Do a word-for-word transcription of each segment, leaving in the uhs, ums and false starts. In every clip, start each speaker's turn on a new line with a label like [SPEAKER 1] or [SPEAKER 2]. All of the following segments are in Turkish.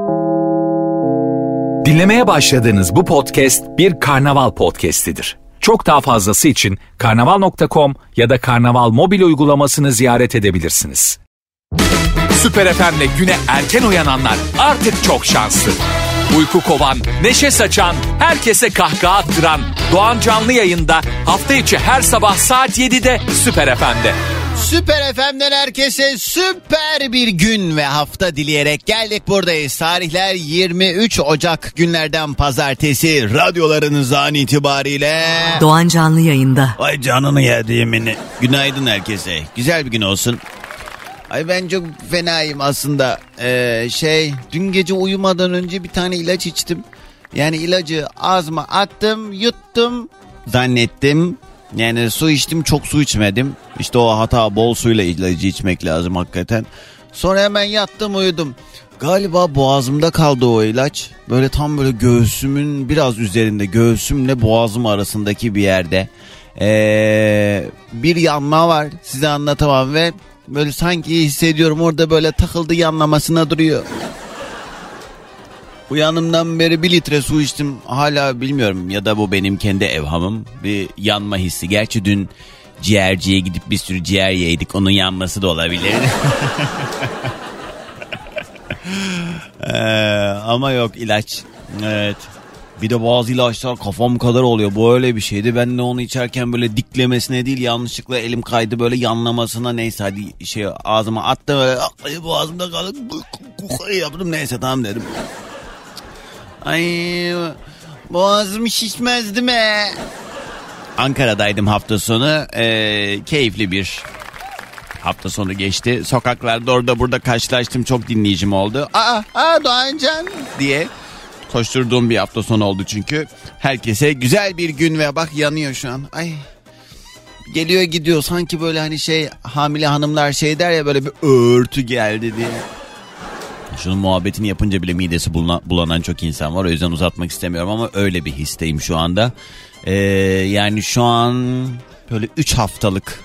[SPEAKER 1] Dinlemeye başladığınız bu podcast bir karnaval podcastidir. Çok daha fazlası için karnaval nokta com ya da karnaval mobil uygulamasını ziyaret edebilirsiniz. Süper F M'le güne erken uyananlar artık çok şanslı. Uyku kovan, neşe saçan, herkese kahkaha attıran Doğan Canlı Yayında hafta içi her sabah saat yedide Süper F M'de.
[SPEAKER 2] Süper F M'den herkese süper bir gün ve hafta dileyerek geldik buradayız. Tarihler yirmi üç Ocak günlerden pazartesi, radyolarınız an itibariyle
[SPEAKER 3] Doğan Canlı Yayında.
[SPEAKER 2] Ay canını yediğimini. Günaydın herkese. Güzel bir gün olsun. Ay ben çok fenayım aslında. Ee, şey dün gece uyumadan önce bir tane ilaç içtim. Yani ilacı ağzıma attım, yuttum zannettim. Yani su içtim, çok su içmedim. İşte o hata, bol suyla ilacı içmek lazım hakikaten. Sonra hemen yattım, uyudum. Galiba boğazımda kaldı o ilaç. Böyle tam böyle göğsümün biraz üzerinde, göğsümle boğazım arasındaki bir yerde. Ee, bir yanma var, size anlatamam ve böyle sanki hissediyorum orada böyle takıldı, yanlamasına duruyor. Uyanımdan beri bir litre su içtim, hala bilmiyorum ya da bu benim kendi evhamım, bir yanma hissi. Gerçi dün ciğerciye gidip bir sürü ciğer yedik, onun yanması da olabilir. ee, ama yok, ilaç. Evet. Bir de bazı ilaçlar kafam kadar oluyor. Bu öyle bir şeydi. Ben de onu içerken böyle diklemesine değil, yanlışlıkla elim kaydı böyle yanlamasına, neyse hadi şey ağzıma attım, böyle boğazımda kaldı, yaptım, neyse tamam dedim. Ay boğazım şişmezdi mi? Ankara'daydım hafta sonu. Ee, keyifli bir hafta sonu geçti. Sokaklarda orada burada karşılaştım, çok dinleyicim oldu. Aa, aa Doğancan diye koşturduğum bir hafta sonu oldu çünkü. Herkese güzel bir gün ve bak yanıyor şu an. Ay geliyor gidiyor sanki böyle hani şey hamile hanımlar şey der ya, böyle bir örtü geldi diye. Şunun muhabbetini yapınca bile midesi bulanan, bulanan çok insan var. O yüzden uzatmak istemiyorum ama öyle bir histeyim şu anda. Ee, yani şu an böyle üç haftalık.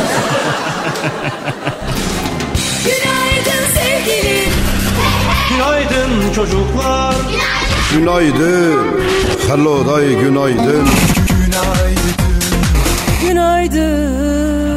[SPEAKER 3] Günaydın sevgilim.
[SPEAKER 4] Günaydın çocuklar.
[SPEAKER 5] Günaydın. Hello day, günaydın.
[SPEAKER 4] Günaydın.
[SPEAKER 3] Günaydın.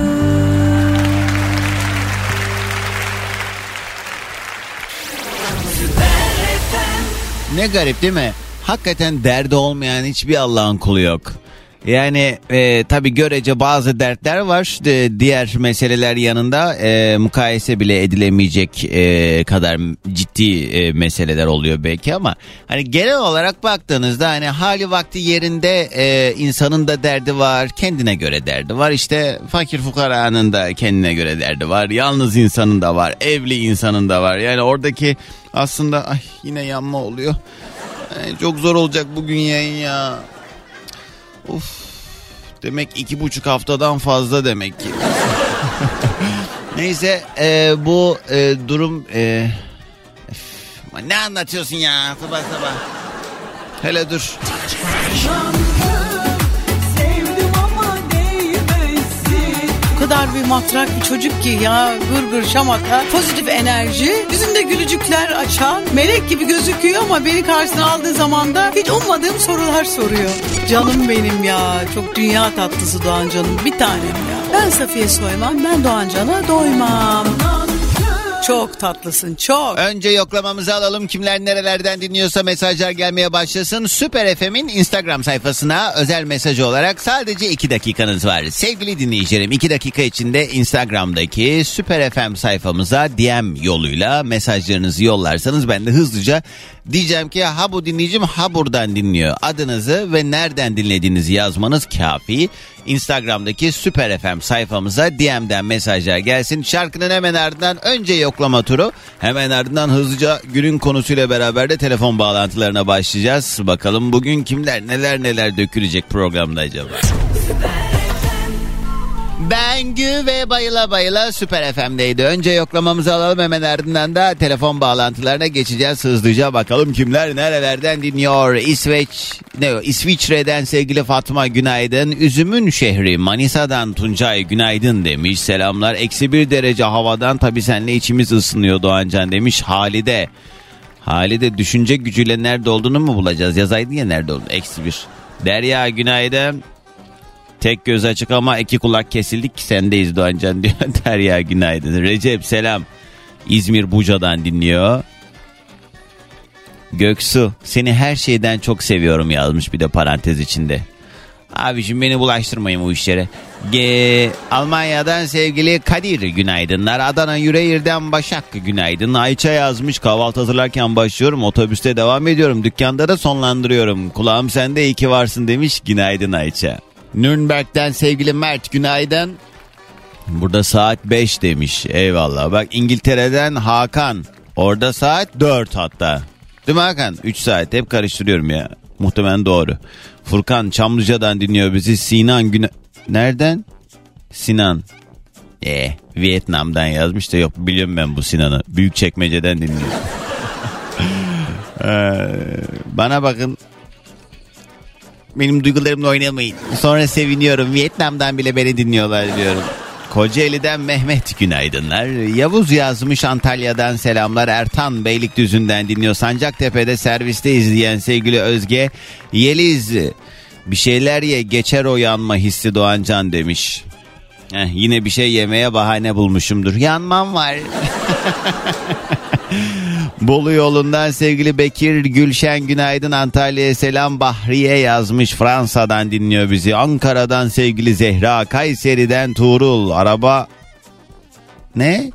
[SPEAKER 2] Ne garip değil mi? Hakikaten derdi olmayan hiçbir Allah'ın kulu yok. Yani e, tabii görece bazı dertler var. E, diğer meseleler yanında e, mukayese bile edilemeyecek e, kadar ciddi e, meseleler oluyor belki ama hani genel olarak baktığınızda hani hali vakti yerinde e, insanın da derdi var, kendine göre derdi var. İşte fakir fukaranın da kendine göre derdi var. Yalnız insanın da var, evli insanın da var. Yani oradaki aslında ay yine yanma oluyor. Yani çok zor olacak bugün yayın ya. Uf, demek iki buçuk haftadan fazla demek ki. Neyse e, bu e, durum e, ef, ne anlatıyorsun ya sabah sabah. Hele dur.
[SPEAKER 6] O kadar bir matrak bir çocuk ki ya, gır gır şamata, pozitif enerji, yüzünde gülücükler açan, melek gibi gözüküyor ama beni karşısına aldığı zaman da hiç ummadığım sorular soruyor. Canım benim ya, çok dünya tatlısı Doğan Canım, bir tanem ya. Ben Safiye Soyman, ben Doğan Can'a doymam. Çok tatlısın, çok.
[SPEAKER 2] Önce yoklamamızı alalım. Kimler nerelerden dinliyorsa mesajlar gelmeye başlasın. Süper F M'in Instagram sayfasına özel mesaj olarak sadece iki dakikanız var. Sevgili dinleyicilerim, iki dakika içinde Instagram'daki Süper F M sayfamıza D M yoluyla mesajlarınızı yollarsanız ben de hızlıca diyeceğim ki ha bu dinleyicim ha buradan dinliyor. Adınızı ve nereden dinlediğinizi yazmanız kafi. Instagram'daki Süper F M sayfamıza D M'den mesajlar gelsin. Şarkının hemen ardından önce yoklama turu, hemen ardından hızlıca günün konusuyla beraber de telefon bağlantılarına başlayacağız. Bakalım bugün kimler neler neler dökülecek programda acaba? Bengü ve bayıla bayıla Süper F M'deydi. Önce yoklamamızı alalım, hemen ardından da telefon bağlantılarına geçeceğiz hızlıca. Bakalım kimler nerelerden dinliyor. İsveç, ne o? İsviçre'den sevgili Fatma günaydın. Üzümün şehri Manisa'dan Tuncay günaydın demiş. Selamlar. Eksi bir derece havadan tabii seninle içimiz ısınıyor Doğancan demiş. Halide. Halide düşünce gücüyle nerede olduğunu mu bulacağız? Yazaydın ya nerede olduğunu. Eksi bir. Derya günaydın. Tek göz açık ama iki kulak kesildik ki sendeyiz Doğancan diyor. Derya günaydın. Recep selam. İzmir Buca'dan dinliyor. Göksu seni her şeyden çok seviyorum yazmış bir de parantez içinde. Abiciğim beni bulaştırmayın bu işlere. Ge Almanya'dan sevgili Kadir günaydınlar. Adana Yüreğir'den Başak günaydın. Ayça yazmış kahvaltı hazırlarken başlıyorum. Otobüste devam ediyorum. Dükkanda da sonlandırıyorum. Kulağım sende iyi ki varsın demiş. Günaydın Ayça. Nürnberg'den sevgili Mert günaydın. Burada saat beş demiş. Eyvallah. Bak İngiltere'den Hakan. Orada saat dört hatta. Değil mi Hakan? üç saat hep karıştırıyorum ya. Muhtemelen doğru. Furkan Çamlıca'dan dinliyor bizi. Sinan Güne... Nereden? Sinan. Eh, Vietnam'dan yazmış da yok biliyorum ben bu Sinan'ı. Büyükçekmece'den dinliyor. ee, bana bakın. Benim duygularımla oynamayın. Sonra seviniyorum. Vietnam'dan bile beni dinliyorlar diyorum. Kocaeli'den Mehmet günaydınlar. Yavuz yazmış Antalya'dan selamlar. Ertan Beylikdüzü'nden dinliyor. Sancaktepe'de serviste izleyen sevgili Özge. Yeliz bir şeyler ye geçer o yanma hissi Doğancan demiş. Heh, yine bir şey yemeye bahane bulmuşumdur. Yanmam var. Bolu yolundan sevgili Bekir Gülşen günaydın. Antalya'ya selam. Bahriye yazmış Fransa'dan dinliyor bizi. Ankara'dan sevgili Zehra. Kayseri'den Tuğrul. Araba ne?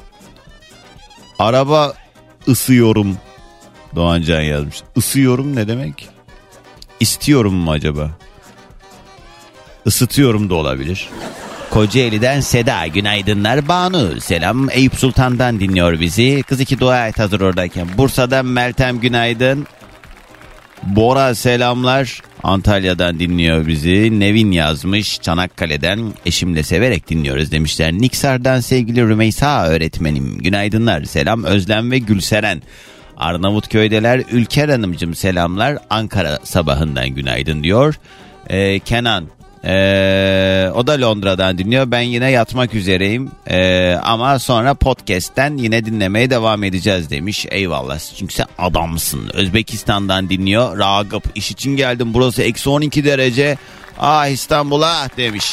[SPEAKER 2] Araba ısıyorum. Doğancan yazmış. Isıyorum ne demek? İstiyorum mu acaba? Isıtıyorum da olabilir. Kocaeli'den Seda günaydınlar. Banu selam. Eyüp Sultan'dan dinliyor bizi. Kız iki dua et hazır oradayken. Bursa'dan Meltem günaydın. Bora selamlar. Antalya'dan dinliyor bizi. Nevin yazmış. Çanakkale'den eşimle severek dinliyoruz demişler. Niksar'dan sevgili Rümeysa öğretmenim. Günaydınlar. Selam Özlem ve Gülseren. Arnavutköy'deler. Ülker Hanımcığım selamlar. Ankara sabahından günaydın diyor. Ee, Kenan. Ee, o da Londra'dan dinliyor. Ben yine yatmak üzereyim. Ee, ama sonra podcast'ten yine dinlemeye devam edeceğiz demiş. Eyvallah. Çünkü sen adamsın. Özbekistan'dan dinliyor. Ragıp iş için geldim. Burası eksi on iki derece. Ah İstanbul'a demiş.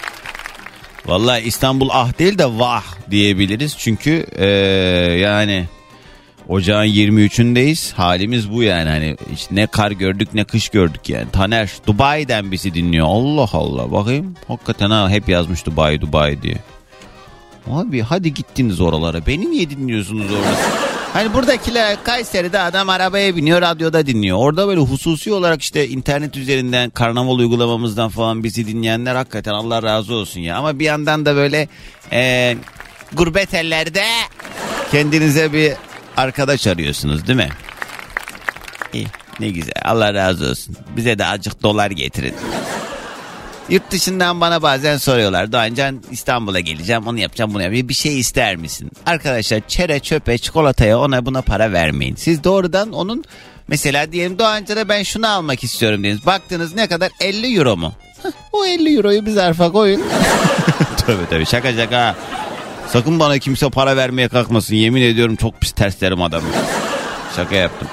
[SPEAKER 2] Vallahi İstanbul ah değil de vah diyebiliriz. Çünkü ee, yani ocağın yirmi üçündeyiz. Halimiz bu yani. Hani işte ne kar gördük ne kış gördük yani. Taner Dubai'den bizi dinliyor. Allah Allah. Bakayım. Hakikaten ha hep yazmış Dubai Dubai diye. Abi hadi gittiniz oralara. Beni niye dinliyorsunuz orada? Hani buradakiler Kayseri'de adam arabaya biniyor, radyoda dinliyor. Orada böyle hususi olarak işte internet üzerinden karnaval uygulamamızdan falan bizi dinleyenler hakikaten Allah razı olsun ya. Ama bir yandan da böyle e, gurbet ellerde kendinize bir arkadaş arıyorsunuz değil mi? İyi, ne güzel. Allah razı olsun. Bize de azıcık dolar getirin. Yurt dışından bana bazen soruyorlar. Doğancan İstanbul'a geleceğim, onu yapacağım, bunu yapacağım. Bir şey ister misin? Arkadaşlar çere çöpe çikolataya ona buna para vermeyin. Siz doğrudan onun mesela diyelim Doğancan'a ben şunu almak istiyorum dediniz. Baktınız ne kadar elli euro mu? Heh, o elli euroyu bir zarfa koyun. Tabii tabii şaka şaka. Sakın bana kimse para vermeye kalkmasın. Yemin ediyorum çok pis terslerim adamı. Şaka yaptım.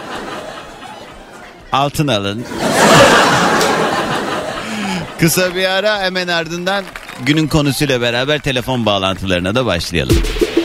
[SPEAKER 2] Altın alın. Kısa bir ara hemen ardından günün konusuyla beraber telefon bağlantılarına da başlayalım.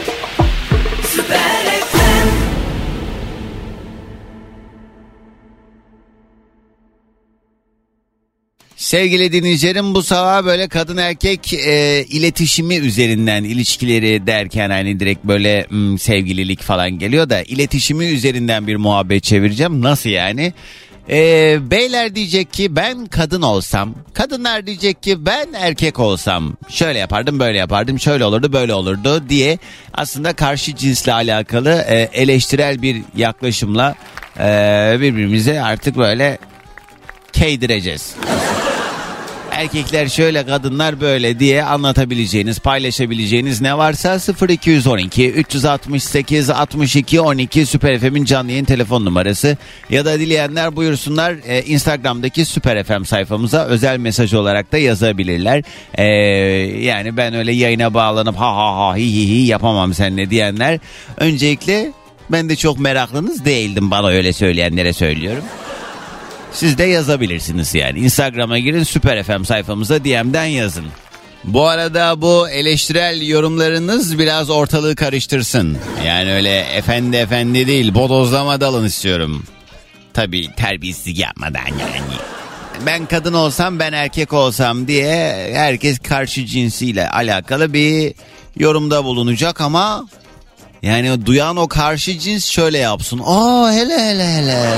[SPEAKER 2] Sevgili dinleyicilerim bu sabah böyle kadın erkek e, iletişimi üzerinden ilişkileri derken hani direkt böyle m, sevgililik falan geliyor da iletişimi üzerinden bir muhabbet çevireceğim. Nasıl yani? E, beyler diyecek ki ben kadın olsam, kadınlar diyecek ki ben erkek olsam şöyle yapardım böyle yapardım şöyle olurdu böyle olurdu diye aslında karşı cinsle alakalı e, eleştirel bir yaklaşımla e, birbirimize artık böyle keydireceğiz. Erkekler şöyle kadınlar böyle diye anlatabileceğiniz paylaşabileceğiniz ne varsa sıfır iki on iki üç altı sekiz altmış iki on iki Süper F M'in canlı yayın telefon numarası ya da dileyenler buyursunlar e, Instagram'daki Süper F M sayfamıza özel mesaj olarak da yazabilirler. E, yani ben öyle yayına bağlanıp ha ha ha hi hi hi yapamam seninle diyenler öncelikle Ben de çok meraklınız değildim, bana öyle söyleyenlere söylüyorum. Siz de yazabilirsiniz yani. Instagram'a girin, Süper F M sayfamıza D M'den yazın. Bu arada bu eleştirel yorumlarınız biraz ortalığı karıştırsın. Yani öyle efendi efendi değil, bodozlama dalın istiyorum. Tabii terbiyesizlik yapmadan yani. Ben kadın olsam, ben erkek olsam diye herkes karşı cinsiyle alakalı bir yorumda bulunacak ama yani duyan o karşı cins şöyle yapsın. Aa hele hele hele.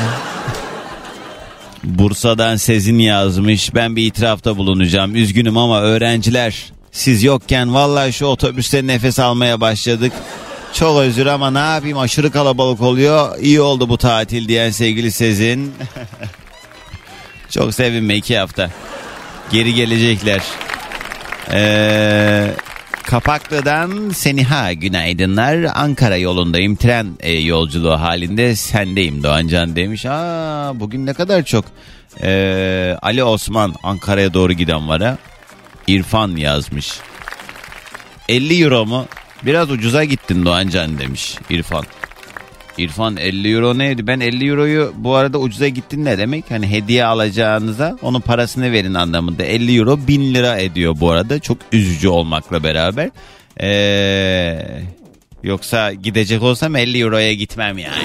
[SPEAKER 2] Bursa'dan Sezin yazmış. Ben bir itirafta bulunacağım. Üzgünüm ama öğrenciler, siz yokken vallahi şu otobüste nefes almaya başladık. Çok özür ama ne yapayım, aşırı kalabalık oluyor. İyi oldu bu tatil diyen sevgili Sezin. Çok sevinme, iki hafta. Geri gelecekler. Eee... Kapaklı'dan Seniha günaydınlar. Ankara yolundayım. Tren e, yolculuğu halinde sendeyim Doğancan demiş. Aa, bugün ne kadar çok. Ee, Ali Osman Ankara'ya doğru giden var ha. İrfan yazmış. elli euro mu? Biraz ucuza gittin Doğancan demiş İrfan. İrfan elli euro neydi? Ben elli euroyu bu arada ucuza gittin ne demek? Hani hediye alacağınıza onun parasını verin anlamında. elli euro bin lira ediyor bu arada. Çok üzücü olmakla beraber. Ee, yoksa gidecek olsam elli euroya gitmem yani.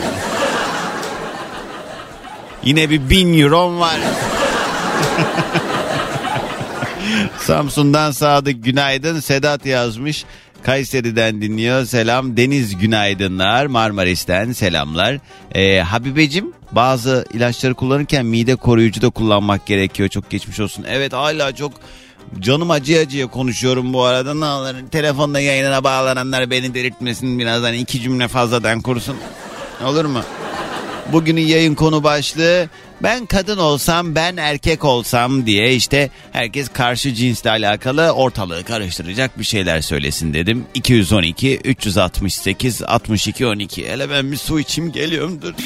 [SPEAKER 2] Yine bir bin eurom var. Samsun'dan Sadık günaydın. Sedat yazmış. Kayseri'den dinliyor. Selam. Deniz günaydınlar. Marmaris'ten selamlar. Ee, Habibeciğim, bazı ilaçları kullanırken mide koruyucu da kullanmak gerekiyor. Çok geçmiş olsun. Evet, hala çok canım acıya acıya konuşuyorum bu arada. Ne olur telefonda yayınına bağlananlar beni delirtmesin, birazdan iki cümle fazladan kursun. Olur mu? Bugünün yayın konu başlığı ben kadın olsam, ben erkek olsam diye işte herkes karşı cinsle alakalı ortalığı karıştıracak bir şeyler söylesin dedim. iki yüz on iki üç altı sekiz altmış iki on iki. Hele ben bir su içeyim, geliyorum, dur.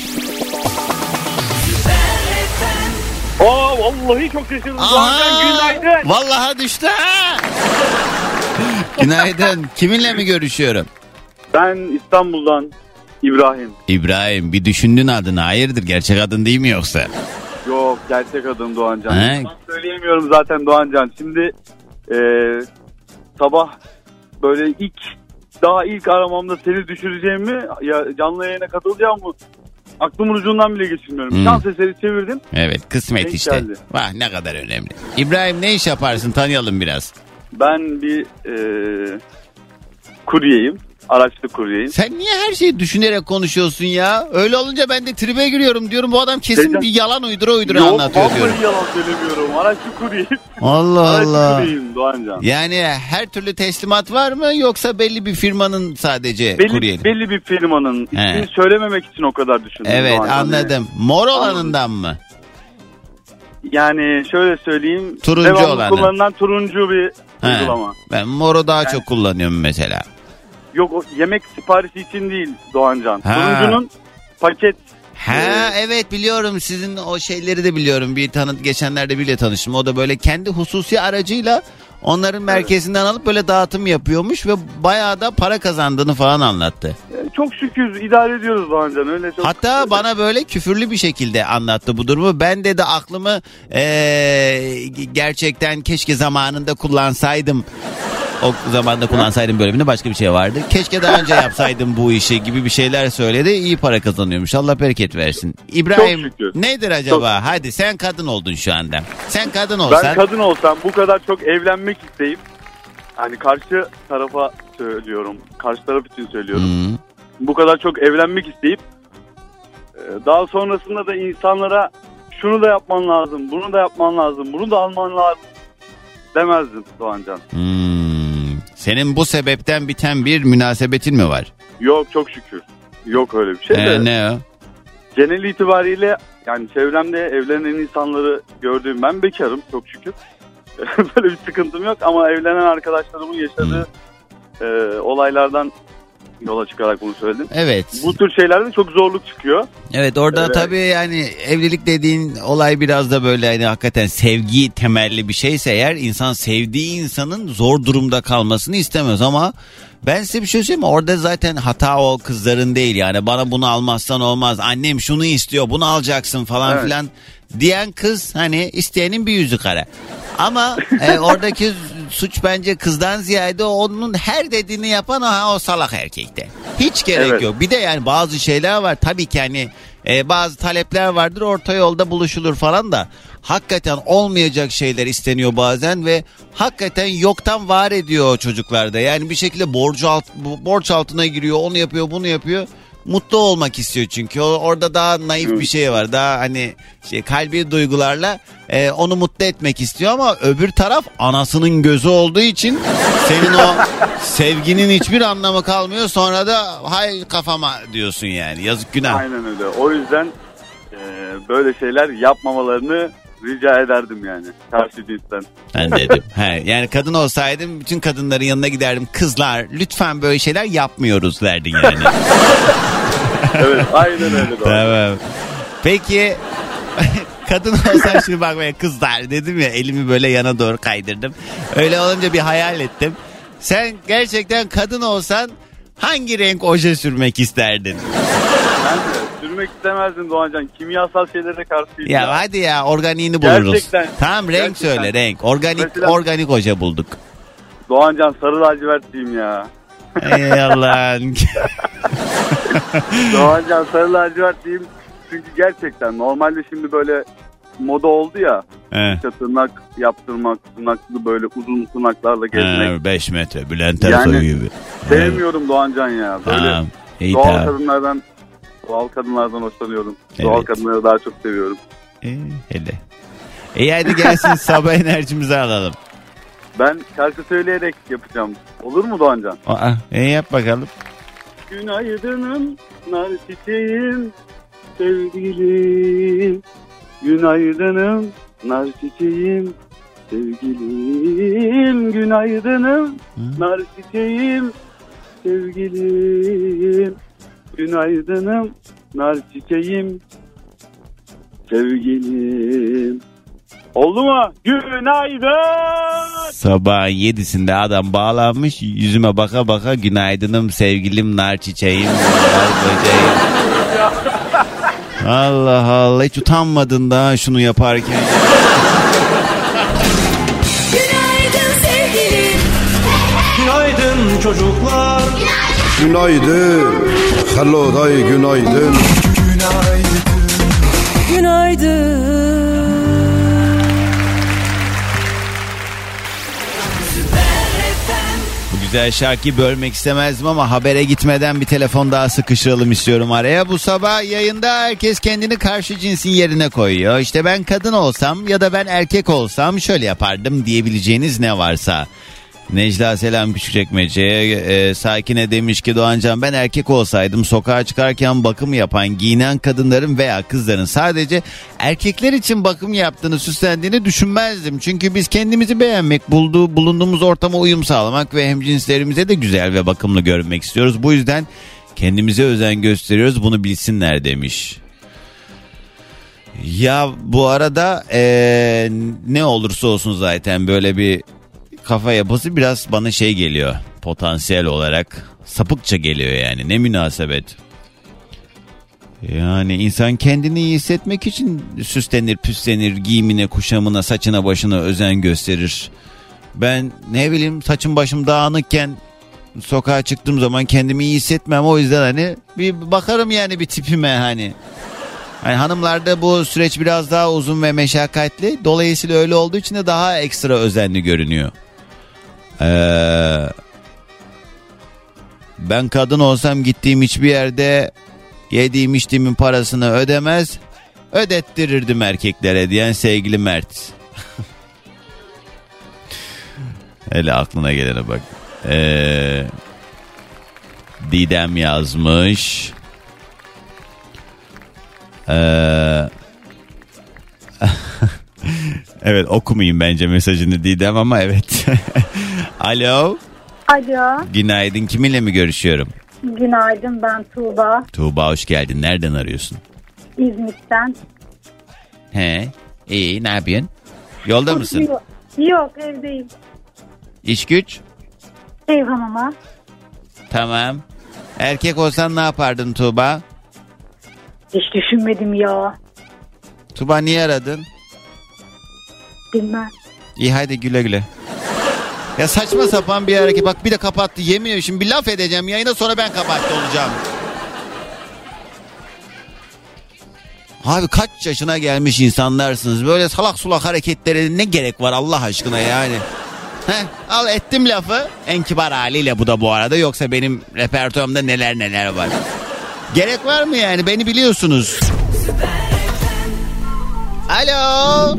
[SPEAKER 7] Aa, vallahi çok şaşırdım. Doğancan günaydın.
[SPEAKER 2] Vallahi düştü ha. Günaydın. Kiminle mi görüşüyorum?
[SPEAKER 7] Ben İstanbul'dan İbrahim.
[SPEAKER 2] İbrahim, bir düşündün adını, hayırdır, gerçek adın değil mi yoksa?
[SPEAKER 7] Yok, gerçek adım Doğancan.
[SPEAKER 2] He?
[SPEAKER 7] Ben söyleyemiyorum zaten Doğancan. Şimdi e, sabah böyle ilk daha ilk aramamda seni düşüreceğimi, ya canlı yayına katılacağım mı? Aklımın ucundan bile geçirmiyorum. Hmm. Şans eseri çevirdim.
[SPEAKER 2] Evet, kısmet Denk işte. Geldi. Vah, ne kadar önemli. İbrahim, ne iş yaparsın, tanıyalım biraz.
[SPEAKER 7] Ben bir e, kuryeyim. Araçlı kuryeyim.
[SPEAKER 2] Sen niye her şeyi düşünerek konuşuyorsun ya? Öyle olunca ben de tribe giriyorum, diyorum bu adam kesin Seycan... bir yalan uydura uydura Yok, anlatıyor diyorum.
[SPEAKER 7] Yok, yalan söylemiyorum. Araçlı kuryeyim.
[SPEAKER 2] Allah Allah.
[SPEAKER 7] Araçlı kuryeyim Doğancan.
[SPEAKER 2] Yani her türlü teslimat var mı, yoksa belli bir firmanın sadece
[SPEAKER 7] belli,
[SPEAKER 2] kuryeli?
[SPEAKER 7] Belli bir firmanın. İsmini söylememek için o kadar düşündüm.
[SPEAKER 2] Evet,
[SPEAKER 7] Doğancan.
[SPEAKER 2] anladım. Mor olanından mı?
[SPEAKER 7] Yani şöyle söyleyeyim.
[SPEAKER 2] Turuncu
[SPEAKER 7] devamlı
[SPEAKER 2] olanı.
[SPEAKER 7] kullanılan turuncu bir He. uygulama.
[SPEAKER 2] Ben moru daha
[SPEAKER 7] yani...
[SPEAKER 2] çok kullanıyorum mesela.
[SPEAKER 7] Yok, o yemek siparişi için değil Doğancan. Ha. Turuncunun paket.
[SPEAKER 2] Ha e... evet, biliyorum, sizin o şeyleri de biliyorum. Bir tanıt geçenlerde bile tanıştım. O da böyle kendi hususi aracıyla onların merkezinden evet. alıp böyle dağıtım yapıyormuş ve bayağı da para kazandığını falan anlattı.
[SPEAKER 7] Çok şükür idare ediyoruz Doğancan, öyle çok.
[SPEAKER 2] Hatta öyle. Bana böyle küfürlü bir şekilde anlattı bu durumu. Ben de de aklımı ee, gerçekten keşke zamanında kullansaydım. O zamanda kullansaydım bölümünde başka bir şey vardı. Keşke daha önce yapsaydım bu işi gibi bir şeyler söyledi. İyi para kazanıyormuş. Allah bereket versin. İbrahim, nedir acaba? Çok... Hadi sen kadın oldun şu anda. Sen kadın olsan.
[SPEAKER 7] Ben kadın olsam bu kadar çok evlenmek isteyip, hani karşı tarafa söylüyorum. Karşı taraf için söylüyorum. Hmm. Bu kadar çok evlenmek isteyip daha sonrasında da insanlara şunu da yapman lazım, bunu da yapman lazım, bunu da alman lazım demezdin Doğancan.
[SPEAKER 2] Hmm. Senin bu sebepten biten bir münasebetin mi var?
[SPEAKER 7] Yok, çok şükür. Yok öyle bir şey de.
[SPEAKER 2] Ee, ne o?
[SPEAKER 7] Genel itibariyle yani çevremde evlenen insanları gördüğüm, ben bekarım çok şükür. Böyle bir sıkıntım yok ama evlenen arkadaşlarımın yaşadığı hmm. e, olaylardan yola çıkarak bunu söyledim.
[SPEAKER 2] Evet.
[SPEAKER 7] Bu tür şeylerde çok zorluk çıkıyor.
[SPEAKER 2] Evet orada
[SPEAKER 7] Evet.
[SPEAKER 2] tabii yani evlilik dediğin olay biraz da böyle hani hakikaten sevgi temelli bir şeyse eğer insan sevdiği insanın zor durumda kalmasını istemez ama ben size bir şey söyleyeyim mi? Orada zaten hata o kızların değil yani bana bunu almazsan olmaz annem şunu istiyor bunu alacaksın falan
[SPEAKER 7] Evet.
[SPEAKER 2] filan diyen kız hani isteyenin bir yüzü kara. Ama e, oradaki suç bence kızdan ziyade onun her dediğini yapan o, o salak erkekte. Hiç gerek
[SPEAKER 7] Evet.
[SPEAKER 2] yok. Bir de yani bazı şeyler var tabii ki hani e, bazı talepler vardır orta yolda buluşulur falan da hakikaten olmayacak şeyler isteniyor bazen ve hakikaten yoktan var ediyor o çocuklarda. Yani bir şekilde borcu alt, borç altına giriyor onu yapıyor bunu yapıyor. Mutlu olmak istiyor çünkü o, orada daha naif bir şey var daha hani şey kalbi duygularla e, onu mutlu etmek istiyor ama öbür taraf anasının gözü olduğu için senin o sevginin hiçbir anlamı kalmıyor sonra da hay kafama diyorsun yani yazık günah.
[SPEAKER 7] Aynen öyle. O yüzden e, böyle şeyler yapmamalarını rica ederdim yani karşı cinsten.
[SPEAKER 2] Ben dedim. He, yani kadın olsaydım bütün kadınların yanına giderdim. Kızlar lütfen böyle şeyler yapmıyoruz derdin yani.
[SPEAKER 7] Evet aynen öyle.
[SPEAKER 2] Tamam. Peki kadın olsan şimdi bak böyle kızlar dedim ya elimi böyle yana doğru kaydırdım. Öyle olunca bir hayal ettim. Sen gerçekten kadın olsan hangi renk oje sürmek isterdin?
[SPEAKER 7] Ben de sürmek istemezdim Doğancan. Kimyasal şeylere karşıyım.
[SPEAKER 2] Ya, ya hadi ya organiğini buluruz.
[SPEAKER 7] Gerçekten.
[SPEAKER 2] Tamam renk
[SPEAKER 7] Gerçekten.
[SPEAKER 2] söyle renk. Organik
[SPEAKER 7] Mesela-
[SPEAKER 2] organik oje bulduk.
[SPEAKER 7] Doğancan sarı lacivert diyeyim ya.
[SPEAKER 2] Ey Allah'ın.
[SPEAKER 7] Doğancan sarı lacivert diyeyim. Çünkü gerçekten normalde şimdi böyle moda oldu ya.
[SPEAKER 2] He.
[SPEAKER 7] İşte tırnak yaptırmak, tırnaklı böyle uzun tırnaklarla gezmek.
[SPEAKER 2] beş metre Bülent Ersoy
[SPEAKER 7] Yani-
[SPEAKER 2] gibi.
[SPEAKER 7] Sevmiyorum Doğancan ya. Böyle
[SPEAKER 2] Tamam. İyi
[SPEAKER 7] doğal
[SPEAKER 2] tamam.
[SPEAKER 7] kadınlardan doğal kadınlardan hoşlanıyorum.
[SPEAKER 2] Evet.
[SPEAKER 7] Doğal kadınları daha çok seviyorum.
[SPEAKER 2] Ee, hele. İyi hadi gelsin sabah enerjimizi alalım.
[SPEAKER 7] Ben şarkı söyleyerek yapacağım. Olur mu Doğancan?
[SPEAKER 2] Aa, iyi yap bakalım.
[SPEAKER 7] Günaydınım, nar çiçeğim, sevgilim. Günaydınım, nar çiçeğim, sevgilim. Günaydınım, nar çiçeğim, sevgilim. Günaydınım, nar çiçeğim, sevgilim. Oldu mu? Günaydın.
[SPEAKER 2] Sabah yedisinde adam bağlanmış yüzüme baka baka günaydınım sevgilim nar çiçeğim nar böceğim. Allah Allah hiç utanmadın da şunu yaparken.
[SPEAKER 3] Günaydın sevgilim.
[SPEAKER 4] Günaydın çocuklar.
[SPEAKER 5] Günaydın. Hello day günaydın.
[SPEAKER 3] Günaydın.
[SPEAKER 2] Bu güzel şarkıyı bölmek istemezdim ama habere gitmeden bir telefon daha sıkıştıralım istiyorum araya. Bu sabah yayında herkes kendini karşı cinsin yerine koyuyor. İşte ben kadın olsam ya da ben erkek olsam şöyle yapardım diyebileceğiniz ne varsa. Necla selam Küçükçekmece'ye. E, Sakine demiş ki Doğancan ben erkek olsaydım sokağa çıkarken bakım yapan giyinen kadınların veya kızların sadece erkekler için bakım yaptığını süslendiğini düşünmezdim. Çünkü biz kendimizi beğenmek, bulduğu, bulunduğumuz ortama uyum sağlamak ve hemcinslerimize de güzel ve bakımlı görünmek istiyoruz. Bu yüzden kendimize özen gösteriyoruz bunu bilsinler demiş. Ya bu arada e, ne olursa olsun zaten böyle bir kafa yapısı biraz bana şey geliyor. Potansiyel olarak sapıkça geliyor yani. Ne münasebet. Yani insan kendini iyi hissetmek için süslenir, püslenir, giyimine, kuşamına, saçına, başına özen gösterir. Ben ne bileyim saçım başım dağınıkken sokağa çıktığım zaman kendimi iyi hissetmem. O yüzden hani bir bakarım yani bir tipime hani. Yani hanımlarda bu süreç biraz daha uzun ve meşakkatli. Dolayısıyla öyle olduğu için de daha ekstra özenli görünüyor. Ee, ben kadın olsam gittiğim hiçbir yerde yediğim içtiğimin parasını ödemez, ödettirirdim erkeklere diyen sevgili Mert. Hele aklına gelene bak. Ee, Didem yazmış. Ee, evet okumayayım bence mesajını Didem ama evet. Alo.
[SPEAKER 8] Alo.
[SPEAKER 2] Günaydın. Kiminle mi görüşüyorum?
[SPEAKER 8] Günaydın, ben Tuğba.
[SPEAKER 2] Tuğba hoş geldin. Nereden arıyorsun?
[SPEAKER 8] İzmit'ten.
[SPEAKER 2] He, iyi, ne yapıyorsun? Yolda mısın?
[SPEAKER 8] Yok, yok evdeyim.
[SPEAKER 2] İş güç?
[SPEAKER 8] Ev hanıma.
[SPEAKER 2] Tamam. Erkek olsan ne yapardın Tuğba?
[SPEAKER 8] Hiç düşünmedim ya.
[SPEAKER 2] Tuğba niye aradın?
[SPEAKER 8] Bilmem.
[SPEAKER 2] İyi hadi güle güle. Ya saçma sapan bir hareket. Bak bir de kapattı. Yemin ediyorum şimdi bir laf edeceğim yayına, sonra ben kabahatli olacağım. Abi kaç yaşına gelmiş insanlarsınız. Böyle salak sulak hareketlere ne gerek var Allah aşkına yani. Heh, al ettim lafı. En kibar haliyle bu da bu arada. Yoksa benim repertuarımda neler neler var. Gerek var mı yani? Beni biliyorsunuz. Alo.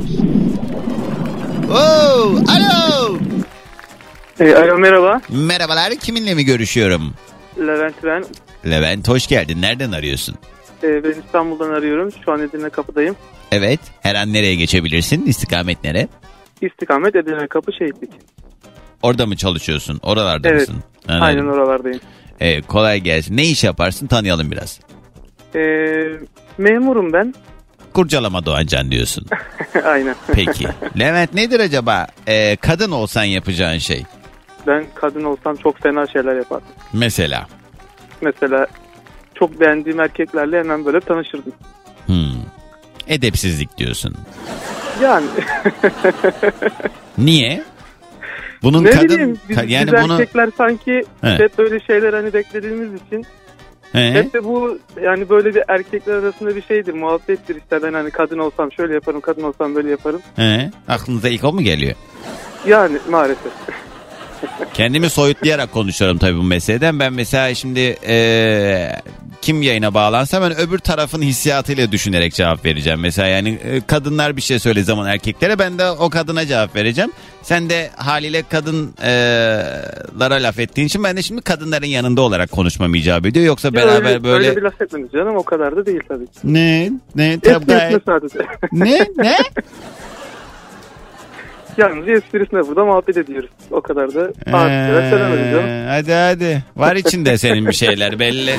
[SPEAKER 2] Oo, alo.
[SPEAKER 9] E, alo merhaba.
[SPEAKER 2] Merhabalar, kiminle mi görüşüyorum?
[SPEAKER 9] Levent ben.
[SPEAKER 2] Levent hoş geldin. Nereden arıyorsun?
[SPEAKER 9] E, ben İstanbul'dan arıyorum. Şu an Edirne Kapı'dayım.
[SPEAKER 2] Evet. Her an nereye geçebilirsin? İstikamet nere?
[SPEAKER 9] İstikamet Edirne Kapı Şehitlik.
[SPEAKER 2] Orada mı çalışıyorsun? Oralarda
[SPEAKER 9] evet.
[SPEAKER 2] mısın? Anladım.
[SPEAKER 9] Aynen oralardayım.
[SPEAKER 2] Evet, kolay gelsin. Ne iş yaparsın? Tanıyalım biraz.
[SPEAKER 9] E, memurum ben.
[SPEAKER 2] Kurcalama Doğancan diyorsun.
[SPEAKER 9] Aynen.
[SPEAKER 2] Peki. Levent nedir acaba ee, kadın olsan yapacağın şey?
[SPEAKER 9] Ben kadın olsam çok fena şeyler yapardım.
[SPEAKER 2] Mesela?
[SPEAKER 9] Mesela çok beğendiğim erkeklerle hemen böyle tanışırdım.
[SPEAKER 2] Hmm. Edepsizlik diyorsun.
[SPEAKER 9] Yani.
[SPEAKER 2] Niye? Bunun
[SPEAKER 9] ne
[SPEAKER 2] kadın
[SPEAKER 9] bileyim, biz,
[SPEAKER 2] yani
[SPEAKER 9] biz
[SPEAKER 2] bunu
[SPEAKER 9] erkekler sanki
[SPEAKER 2] He.
[SPEAKER 9] hep böyle şeyler hani beklediğimiz için
[SPEAKER 2] He.
[SPEAKER 9] hep de bu yani böyle bir erkekler arasında bir şeydir, muhabbettir işte. Ben hani kadın olsam şöyle yaparım, kadın olsam böyle yaparım.
[SPEAKER 2] He. Aklınıza ilk o mu geliyor?
[SPEAKER 9] Yani maalesef.
[SPEAKER 2] Kendimi soyutlayarak konuşuyorum tabii bu meseleden. Ben mesela şimdi ee, kim yayına bağlansa ben öbür tarafın hissiyatıyla düşünerek cevap vereceğim. Mesela yani e, kadınlar bir şey söylediği zaman erkeklere ben de o kadına cevap vereceğim. Sen de haliyle kadınlara laf ettiğin için ben de şimdi kadınların yanında olarak konuşmam icap ediyor. Yoksa
[SPEAKER 9] Ya
[SPEAKER 2] beraber
[SPEAKER 9] öyle,
[SPEAKER 2] böyle...
[SPEAKER 9] Öyle bir laf etmemiz canım, o kadar da değil tabii.
[SPEAKER 2] Ne? Ne? Tabii.
[SPEAKER 9] Esprisine sadece.
[SPEAKER 2] Ne? Ne?
[SPEAKER 9] Yalnız esprisine burada muhabbet ediyoruz. O kadar da ağır söylemedim canım.
[SPEAKER 2] Hadi hadi. Var içinde senin bir şeyler belli.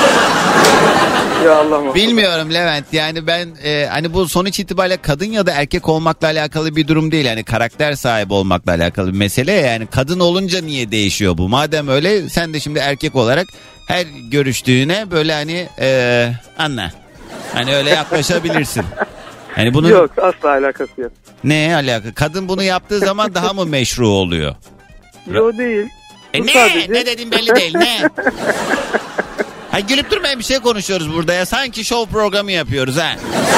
[SPEAKER 9] Ya Allah'ım.
[SPEAKER 2] Bilmiyorum Levent, yani ben e, hani bu sonuç itibariyle kadın ya da erkek olmakla alakalı bir durum değil. Yani karakter sahibi olmakla alakalı bir mesele. Yani kadın olunca niye değişiyor bu? Madem öyle sen de şimdi erkek olarak her görüştüğüne böyle hani e, anla. Hani öyle yaklaşabilirsin. Hani bunun...
[SPEAKER 9] Yok, asla alakası yok.
[SPEAKER 2] Ne alaka? Kadın bunu yaptığı zaman daha mı meşru oluyor?
[SPEAKER 9] Yok değil.
[SPEAKER 2] E ne?
[SPEAKER 9] Sadece...
[SPEAKER 2] Ne dediğin belli değil ne? Ha gülüp durmayın, bir şey konuşuyoruz burada ya. Sanki show programı yapıyoruz ha.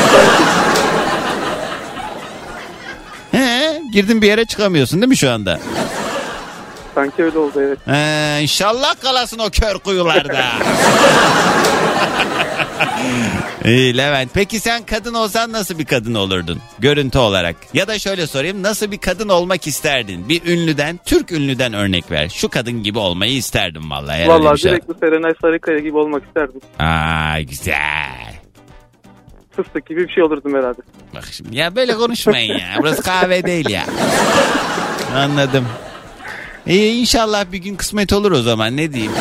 [SPEAKER 2] He, girdin bir yere çıkamıyorsun değil mi şu anda?
[SPEAKER 9] Sanki öyle oldu evet.
[SPEAKER 2] He, inşallah kalasın o kör kuyularda. İyi Levent, peki sen kadın olsan nasıl bir kadın olurdun görüntü olarak? Ya da şöyle sorayım, nasıl bir kadın olmak isterdin? Bir ünlüden, Türk ünlüden örnek ver. Şu kadın gibi olmayı isterdim vallahi.
[SPEAKER 9] Vallahi
[SPEAKER 2] şey.
[SPEAKER 9] direkt bu Serenay Sarıkaya gibi olmak isterdim.
[SPEAKER 2] Aa güzel.
[SPEAKER 9] Fıstık gibi bir şey olurdum herhalde.
[SPEAKER 2] Bak şimdi ya böyle konuşmayın ya. Burası kahve değil ya. Anladım. İyi, inşallah bir gün kısmet olur o zaman, ne diyeyim.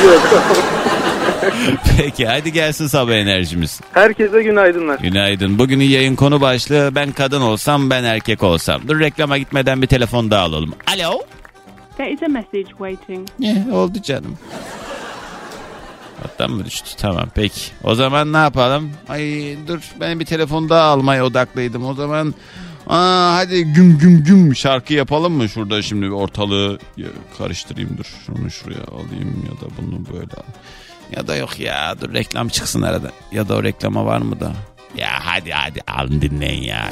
[SPEAKER 2] Peki hadi gelsin sabah enerjimiz.
[SPEAKER 9] Herkese günaydınlar.
[SPEAKER 2] Günaydın. Bugünün yayın konu başlığı ben kadın olsam ben erkek olsam. Dur reklama gitmeden bir telefon daha alalım. Alo.
[SPEAKER 10] There is a message waiting.
[SPEAKER 2] Ne oldu canım? Hattan mı düştü? Tamam peki. O zaman ne yapalım? Ay dur, ben bir telefon daha almaya odaklıydım. O zaman aa, hadi güm güm güm şarkı yapalım mı? Şurada şimdi ortalığı karıştırayım, dur. Şunu şuraya alayım ya da bunu böyle al. Ya da yok ya, dur reklam çıksın arada. Ya da o reklama var mı da? Ya hadi hadi alın dinleyin ya.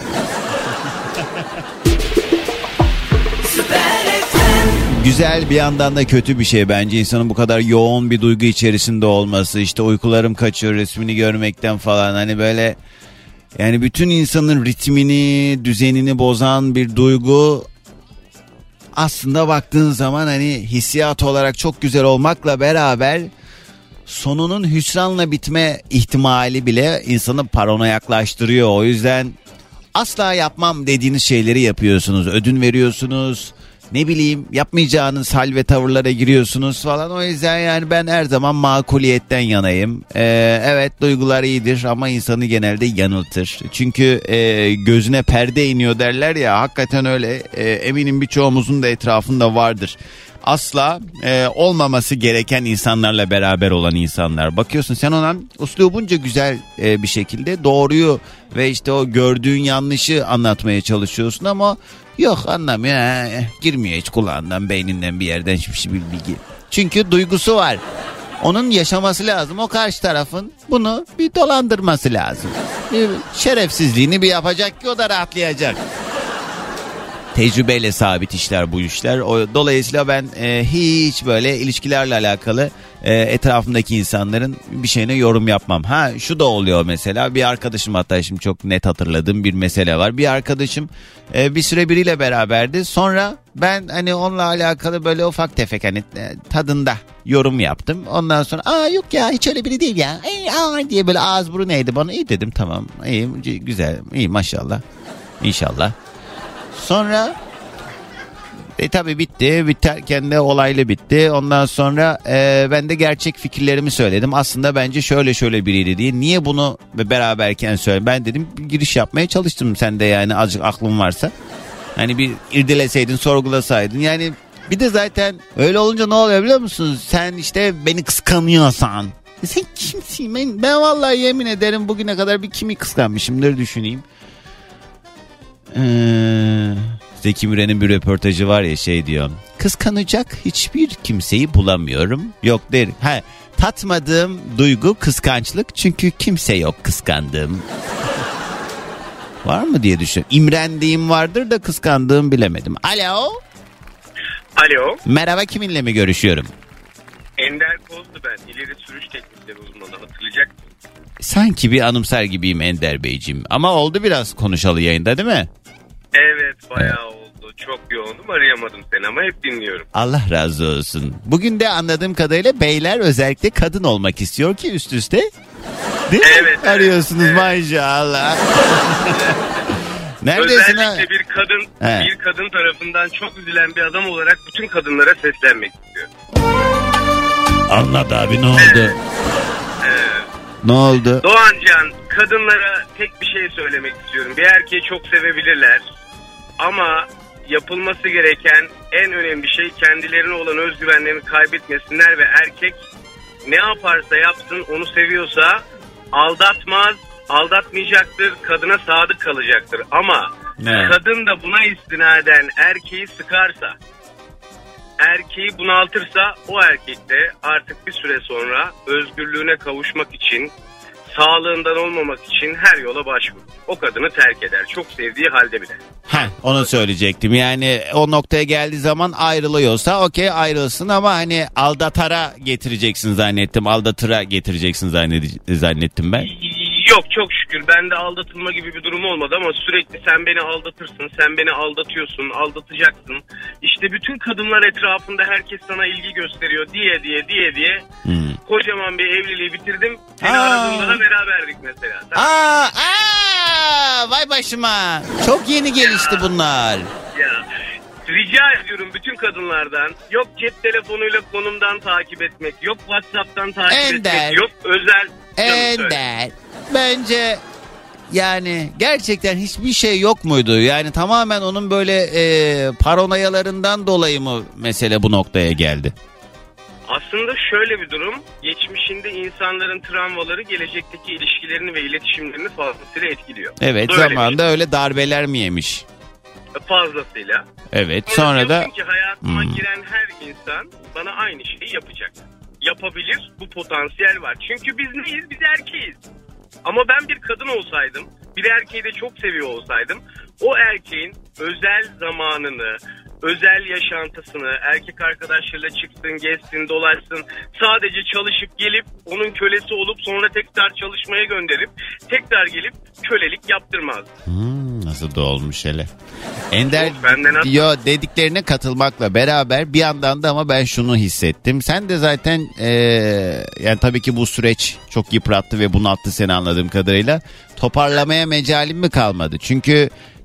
[SPEAKER 2] Güzel bir yandan da kötü bir şey bence insanın bu kadar yoğun bir duygu içerisinde olması. İşte uykularım kaçıyor resmini görmekten falan, hani böyle yani bütün insanın ritmini, düzenini bozan bir duygu. Aslında baktığın zaman hani hissiyat olarak çok güzel olmakla beraber sonunun hüsranla bitme ihtimali bile insanı paranoyaklaştırıyor. O yüzden asla yapmam dediğiniz şeyleri yapıyorsunuz. Ödün veriyorsunuz. ne bileyim yapmayacağınız hal ve tavırlara giriyorsunuz falan. O yüzden yani ben her zaman makuliyetten yanayım. Ee, evet duygular iyidir ama insanı genelde yanıltır. Çünkü e, gözüne perde iniyor derler ya, hakikaten öyle. E, eminim birçoğumuzun da etrafında vardır. Asla e, olmaması gereken insanlarla beraber olan insanlar. Bakıyorsun sen ona uslubunca güzel e, bir şekilde doğruyu ve işte o gördüğün yanlışı anlatmaya çalışıyorsun ama yok anlamıyor. He, girmiyor hiç kulağından, beyninden, bir yerden hiçbir bilgi. Çünkü duygusu var. Onun yaşaması lazım. O karşı tarafın bunu bir dolandırması lazım. Bir şerefsizliğini bir yapacak ki o da rahatlayacak. Tecrübeyle sabit işler bu işler. O, dolayısıyla ben e, hiç böyle ilişkilerle alakalı e, etrafımdaki insanların bir şeyine yorum yapmam. Ha şu da oluyor mesela, bir arkadaşım, hatta şimdi çok net hatırladığım bir mesele var. Bir arkadaşım e, bir süre biriyle beraberdi. Sonra ben hani onunla alakalı böyle ufak tefek hani e, tadında yorum yaptım. Ondan sonra aa yok ya hiç öyle biri değil ya. E, aa diye böyle ağız burun eğdi bana. İyi dedim, tamam iyi güzel iyi maşallah İnşallah. Sonra e tabii bitti. Biterken de olaylı bitti. Ondan sonra e, ben de gerçek fikirlerimi söyledim. Aslında bence şöyle şöyle biriydi diye. Niye bunu beraberken söyledim? Ben dedim giriş yapmaya çalıştım. Sen de yani azıcık aklın varsa. Hani bir irdeleseydin, sorgulasaydın. Yani bir de zaten öyle olunca ne oluyor biliyor musunuz? Sen işte beni kıskanıyorsan. E sen kimsin? Ben, ben vallahi yemin ederim bugüne kadar bir kimi kıskanmışımdır düşüneyim. Ee, Zeki Müren'in bir röportajı var ya, şey diyor. Kıskanacak hiçbir kimseyi bulamıyorum. Yok derim. Ha, tatmadığım duygu kıskançlık, çünkü kimse yok kıskandığım. Var mı diye düşünüyorum. İmrendiğim vardır da kıskandığım bilemedim. Alo.
[SPEAKER 11] Alo.
[SPEAKER 2] Merhaba, kiminle mi görüşüyorum?
[SPEAKER 11] Ender Kozlu ben. İleri sürüş teknikleri uzmanı, hatırlayacak mısın?
[SPEAKER 2] Sanki bir anımsar gibiyim Ender Beyciğim. Ama oldu biraz konuşalı yayında değil mi?
[SPEAKER 11] Evet bayağı evet. oldu. Çok yoğundum, arayamadım seni ama hep dinliyorum.
[SPEAKER 2] Allah razı olsun. Bugün de anladığım kadarıyla beyler özellikle kadın olmak istiyor ki üst üste. Değil
[SPEAKER 11] evet,
[SPEAKER 2] mi? Arıyorsunuz evet. Maşallah. Neredesin ha?
[SPEAKER 11] Özellikle bir kadın, He. bir kadın tarafından çok üzülen bir adam olarak bütün kadınlara seslenmek istiyorum.
[SPEAKER 2] Anlat abi, ne oldu?
[SPEAKER 11] Evet. Evet.
[SPEAKER 2] Ne oldu?
[SPEAKER 11] Doğancan, kadınlara tek bir şey söylemek istiyorum. Bir erkeği çok sevebilirler ama yapılması gereken en önemli şey kendilerine olan özgüvenlerini kaybetmesinler ve erkek ne yaparsa yapsın onu seviyorsa aldatmaz, aldatmayacaktır, kadına sadık kalacaktır. Ama ne? Kadın da buna istinaden erkeği sıkarsa, erkeği bunaltırsa o erkek de artık bir süre sonra özgürlüğüne kavuşmak için, sağlığından olmamak için her yola başvurur. O kadını terk eder. Çok sevdiği halde bile.
[SPEAKER 2] Heh, onu söyleyecektim. Yani o noktaya geldiği zaman ayrılıyorsa okey ayrılsın ama hani aldatara getireceksin zannettim. Aldatıra getireceksin zannettim ben.
[SPEAKER 11] Yok çok şükür bende aldatılma gibi bir durum olmadı ama sürekli sen beni aldatırsın, sen beni aldatıyorsun, aldatacaksın. İşte bütün kadınlar etrafında herkes sana ilgi gösteriyor diye diye diye diye hmm. kocaman bir evliliği bitirdim. Seni aa. aradığımda da beraberdik mesela.
[SPEAKER 2] Aa, aa, vay başıma. Çok yeni gelişti bunlar.
[SPEAKER 11] Ya. Rica ediyorum bütün kadınlardan, yok cep telefonuyla konumdan takip etmek, yok WhatsApp'tan takip Ender. etmek, yok özel...
[SPEAKER 2] Ender, bence yani gerçekten hiçbir şey yok muydu? Yani tamamen onun böyle e, paranoyalarından dolayı mı mesele bu noktaya geldi?
[SPEAKER 11] Aslında şöyle bir durum, geçmişinde insanların travmaları gelecekteki ilişkilerini ve iletişimlerini fazlasıyla etkiliyor.
[SPEAKER 2] Evet, böyle zamanında öyle darbeler mi yemiş?
[SPEAKER 11] Fazlasıyla.
[SPEAKER 2] Evet, sonra, sonra da...
[SPEAKER 11] Çünkü hayatıma
[SPEAKER 2] hmm.
[SPEAKER 11] giren her insan bana aynı şeyi yapacak. Yapabilir, bu potansiyel var. Çünkü biz neyiz? Biz erkeğiz. Ama ben bir kadın olsaydım, bir erkeği de çok seviyor olsaydım, o erkeğin özel zamanını, özel yaşantısını, erkek arkadaşlarıyla çıksın, gezsin, dolaşsın, sadece çalışıp gelip onun kölesi olup sonra tekrar çalışmaya gönderip tekrar gelip kölelik yaptırmaz.
[SPEAKER 2] Hmm, nasıl da olmuş hele. Ender diyor, dediklerine katılmakla beraber bir yandan da ama ben şunu hissettim. Sen de zaten ee, yani tabii ki bu süreç çok yıprattı ve bunalttı seni anladığım kadarıyla. Toparlamaya mecalin mi kalmadı? Çünkü